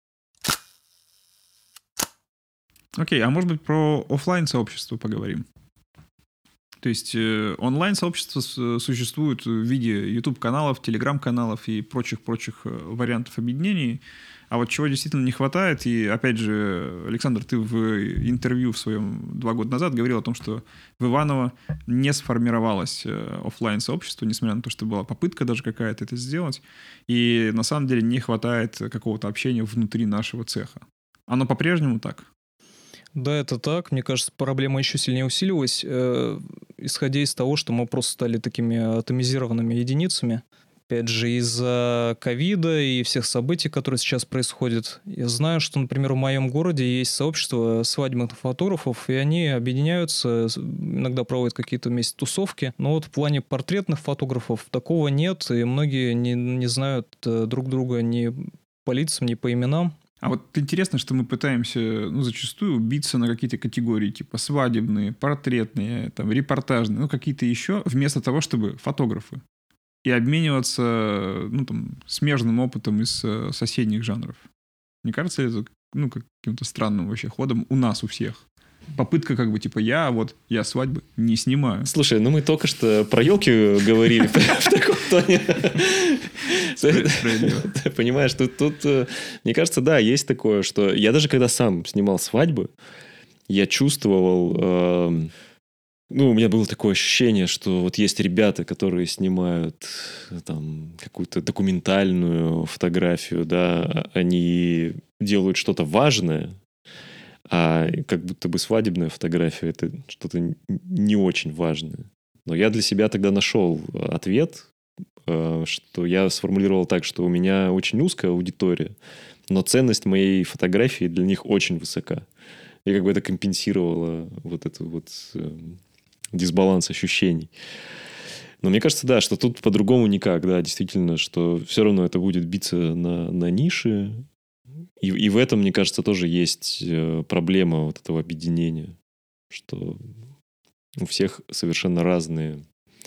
Окей, а может быть про офлайн-сообщество поговорим? То есть онлайн-сообщества существуют в виде YouTube-каналов, Telegram-каналов и прочих вариантов объединений. А чего действительно не хватает, и опять же, Александр, ты в интервью в своем 2 года назад говорил о том, что в Иваново не сформировалось офлайн-сообщество, несмотря на то, что была попытка даже какая-то это сделать, и на самом деле не хватает какого-то общения внутри нашего цеха. Оно по-прежнему так? Да, это так. Мне кажется, проблема еще сильнее усилилась, исходя из того, что мы просто стали такими атомизированными единицами. Опять же, из-за ковида и всех событий, которые сейчас происходят. Я знаю, что, например, в моем городе есть сообщество свадебных фотографов, и они объединяются, иногда проводят какие-то вместе тусовки. Но в плане портретных фотографов такого нет, и многие не знают друг друга ни по лицам, ни по именам. А вот интересно, что мы пытаемся, ну, зачастую биться на какие-то категории, типа свадебные, портретные, там, репортажные, ну, какие-то еще, вместо того, чтобы фотографы. И обмениваться, ну, там, смежным опытом из соседних жанров. Не кажется ли это, ну, каким-то странным вообще ходом у нас, у всех? Попытка как бы, типа, я свадьбы не снимаю. Слушай, ну мы только что про елки говорили в таком тоне. Ты понимаешь, тут, мне кажется, да, есть такое, что я даже когда сам снимал свадьбы, я чувствовал, ну, у меня было такое ощущение, что вот есть ребята, которые снимают там какую-то документальную фотографию, да, они делают что-то важное, а как будто бы свадебная фотография — это что-то не очень важное. Но я для себя тогда нашел ответ, что я сформулировал так, что у меня очень узкая аудитория, но ценность моей фотографии для них очень высока. И как бы это компенсировало вот этот вот дисбаланс ощущений. Но мне кажется, да, что тут по-другому никак, да, действительно, что все равно это будет биться на ниши. И в этом, мне кажется, тоже есть проблема вот этого объединения, что у всех совершенно разные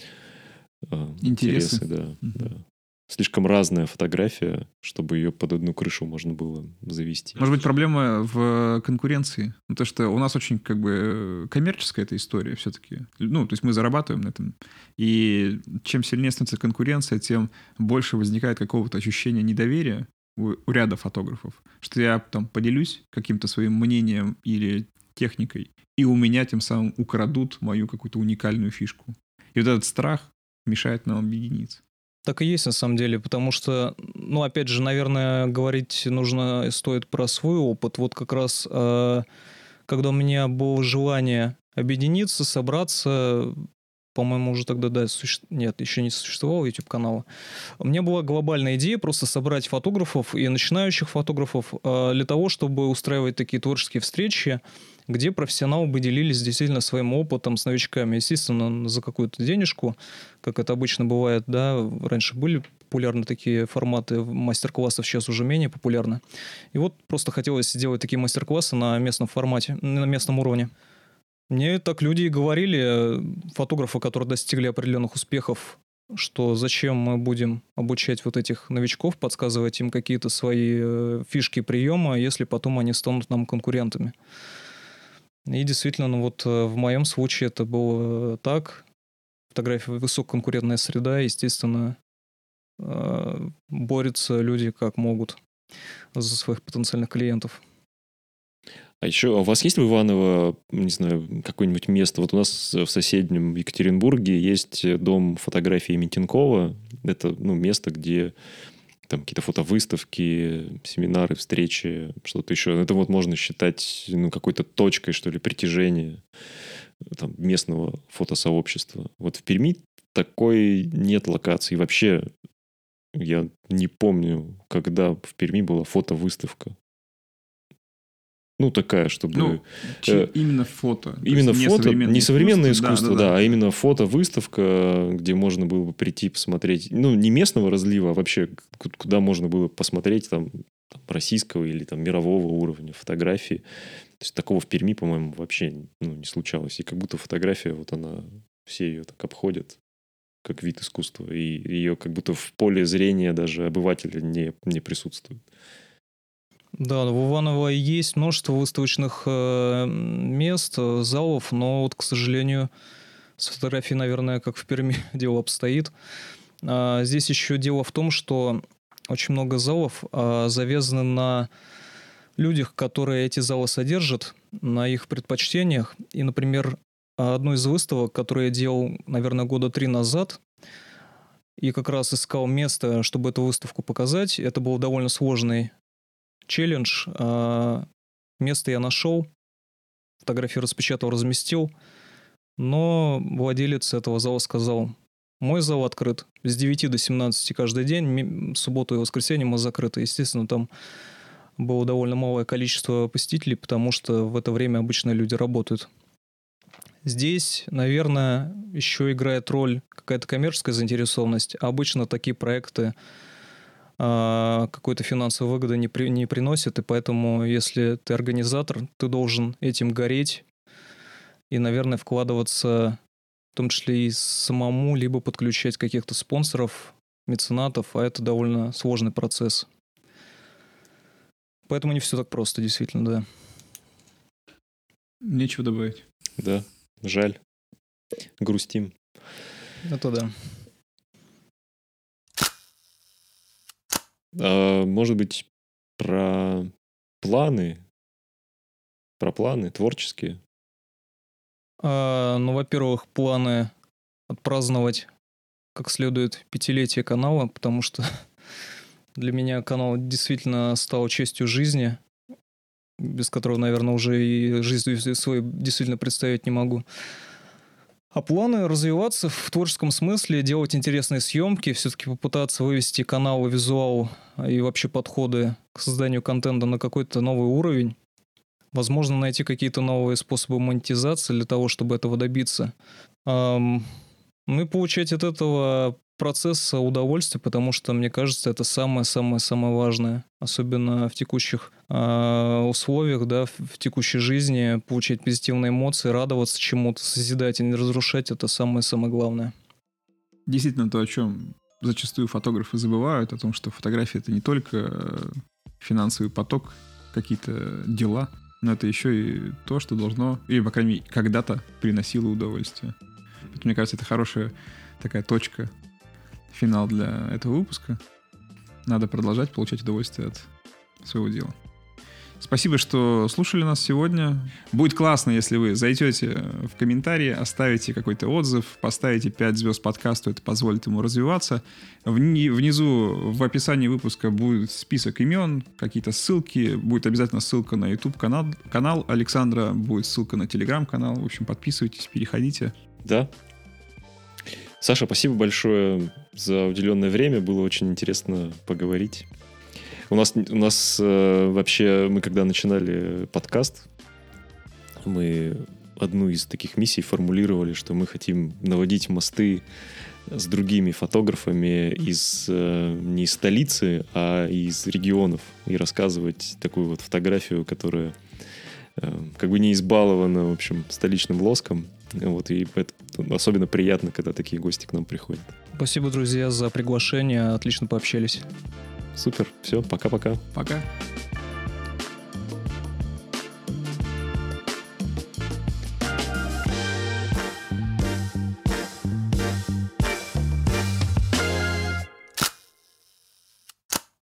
интересы, да, да. Слишком разная фотография, чтобы ее под одну крышу можно было завести. Может быть, проблема в конкуренции? Ну, то, что у нас очень как бы коммерческая эта история все-таки. Ну, то есть мы зарабатываем на этом. И чем сильнее становится конкуренция, тем больше возникает какого-то ощущения недоверия у ряда фотографов. Что я там поделюсь каким-то своим мнением или техникой, и у меня тем самым украдут мою какую-то уникальную фишку. И вот этот страх мешает нам объединиться. Так и есть на самом деле, потому что, ну, опять же, наверное, говорить нужно и стоит про свой опыт. Вот как раз, когда у меня было желание объединиться, собраться, по-моему, уже тогда, да, нет, еще не существовало YouTube-канала. У меня была глобальная идея просто собрать фотографов и начинающих фотографов для того, чтобы устраивать такие творческие встречи, где профессионалы бы делились действительно своим опытом с новичками. Естественно, за какую-то денежку, как это обычно бывает, да, раньше были популярны такие форматы мастер-классов, сейчас уже менее популярны. И вот просто хотелось сделать такие мастер-классы на местном формате, на местном уровне. Мне так люди и говорили, фотографы, которые достигли определенных успехов, что зачем мы будем обучать вот этих новичков, подсказывать им какие-то свои фишки приема, если потом они станут нам конкурентами. И действительно, ну вот в моем случае это было так. Фотография — высококонкурентная среда, естественно, борются люди как могут за своих потенциальных клиентов. А еще у вас есть в Иваново, не знаю, какое-нибудь место? Вот у нас в соседнем Екатеринбурге есть дом фотографии Митенкова. Это, ну, место, где там какие-то фотовыставки, семинары, встречи, что-то еще. Это вот можно считать, ну, какой-то точкой, что ли, притяжения там местного фотосообщества. Вот в Перми такой нет локации. Вообще, я не помню, когда в Перми была фотовыставка. Ну, такая, чтобы... Ну, именно фото. Именно фото, не современное искусство, да, а именно фото-выставка, где можно было бы прийти посмотреть, ну, не местного разлива, а вообще куда можно было посмотреть там российского или там мирового уровня фотографии. То есть такого в Перми, по-моему, вообще, ну, не случалось. И как будто фотография, вот она, все ее так обходят как вид искусства. И ее как будто в поле зрения даже обывателя не присутствует. Да, в Иваново есть множество выставочных мест, залов, но вот, к сожалению, с фотографией, наверное, как в Перми, дело обстоит. Здесь еще дело в том, что очень много залов завязаны на людях, которые эти залы содержат, на их предпочтениях. И, например, одну из выставок, которую я делал, наверное, 3 года назад, и как раз искал место, чтобы эту выставку показать, это был довольно сложный челлендж. Место я нашел, фотографию распечатал, разместил, но владелец этого зала сказал: мой зал открыт с 9 до 17 каждый день, субботу и воскресенье мы закрыты. Естественно, там было довольно малое количество посетителей, потому что в это время обычно люди работают. Здесь, наверное, еще играет роль какая-то коммерческая заинтересованность. Обычно такие проекты какой-то финансовой выгоды не приносит, и поэтому, если ты организатор, ты должен этим гореть и, наверное, вкладываться, в том числе и самому, либо подключать каких-то спонсоров, меценатов, а это довольно сложный процесс. Поэтому не все так просто, действительно, да. Нечего добавить. Да, жаль. Грустим. Это да. Может быть, про планы творческие? Во-первых, планы отпраздновать как следует 5-летие канала, потому что для меня канал действительно стал частью жизни, без которого, наверное, уже и жизнь свою действительно представить не могу. А планы развиваться в творческом смысле, делать интересные съемки, все-таки попытаться вывести канал и визуал и вообще подходы к созданию контента на какой-то новый уровень. Возможно, найти какие-то новые способы монетизации для того, чтобы этого добиться. И получать от этого процесса удовольствие, потому что, мне кажется, это самое-самое-самое важное. Особенно в текущих условиях, да, в текущей жизни, получать позитивные эмоции, радоваться чему-то, созидать и не разрушать — это самое-самое главное. Действительно, то, о чем зачастую фотографы забывают, о том, что фотография — это не только финансовый поток, какие-то дела, но это еще и то, что должно, или, по крайней мере, когда-то приносило удовольствие. Поэтому, мне кажется, это хорошая такая точка, финал для этого выпуска. Надо продолжать получать удовольствие от своего дела. Спасибо, что слушали нас сегодня. Будет классно, если вы зайдете в комментарии, оставите какой-то отзыв, поставите 5 звезд подкасту, это позволит ему развиваться. Внизу в описании выпуска будет список имен, какие-то ссылки, будет обязательно ссылка на YouTube-канал Александра, будет ссылка на Telegram-канал. В общем, подписывайтесь, переходите. Да. Саша, спасибо большое за уделенное время. Было очень интересно поговорить. У нас вообще, мы когда начинали подкаст, мы одну из таких миссий формулировали, что мы хотим наводить мосты с другими фотографами не из столицы, а из регионов, и рассказывать такую вот фотографию, которая как бы не избалована, в общем, столичным лоском. Вот, и это особенно приятно, когда такие гости к нам приходят. Спасибо, друзья, за приглашение. Отлично пообщались. Супер. Все, пока-пока. Пока.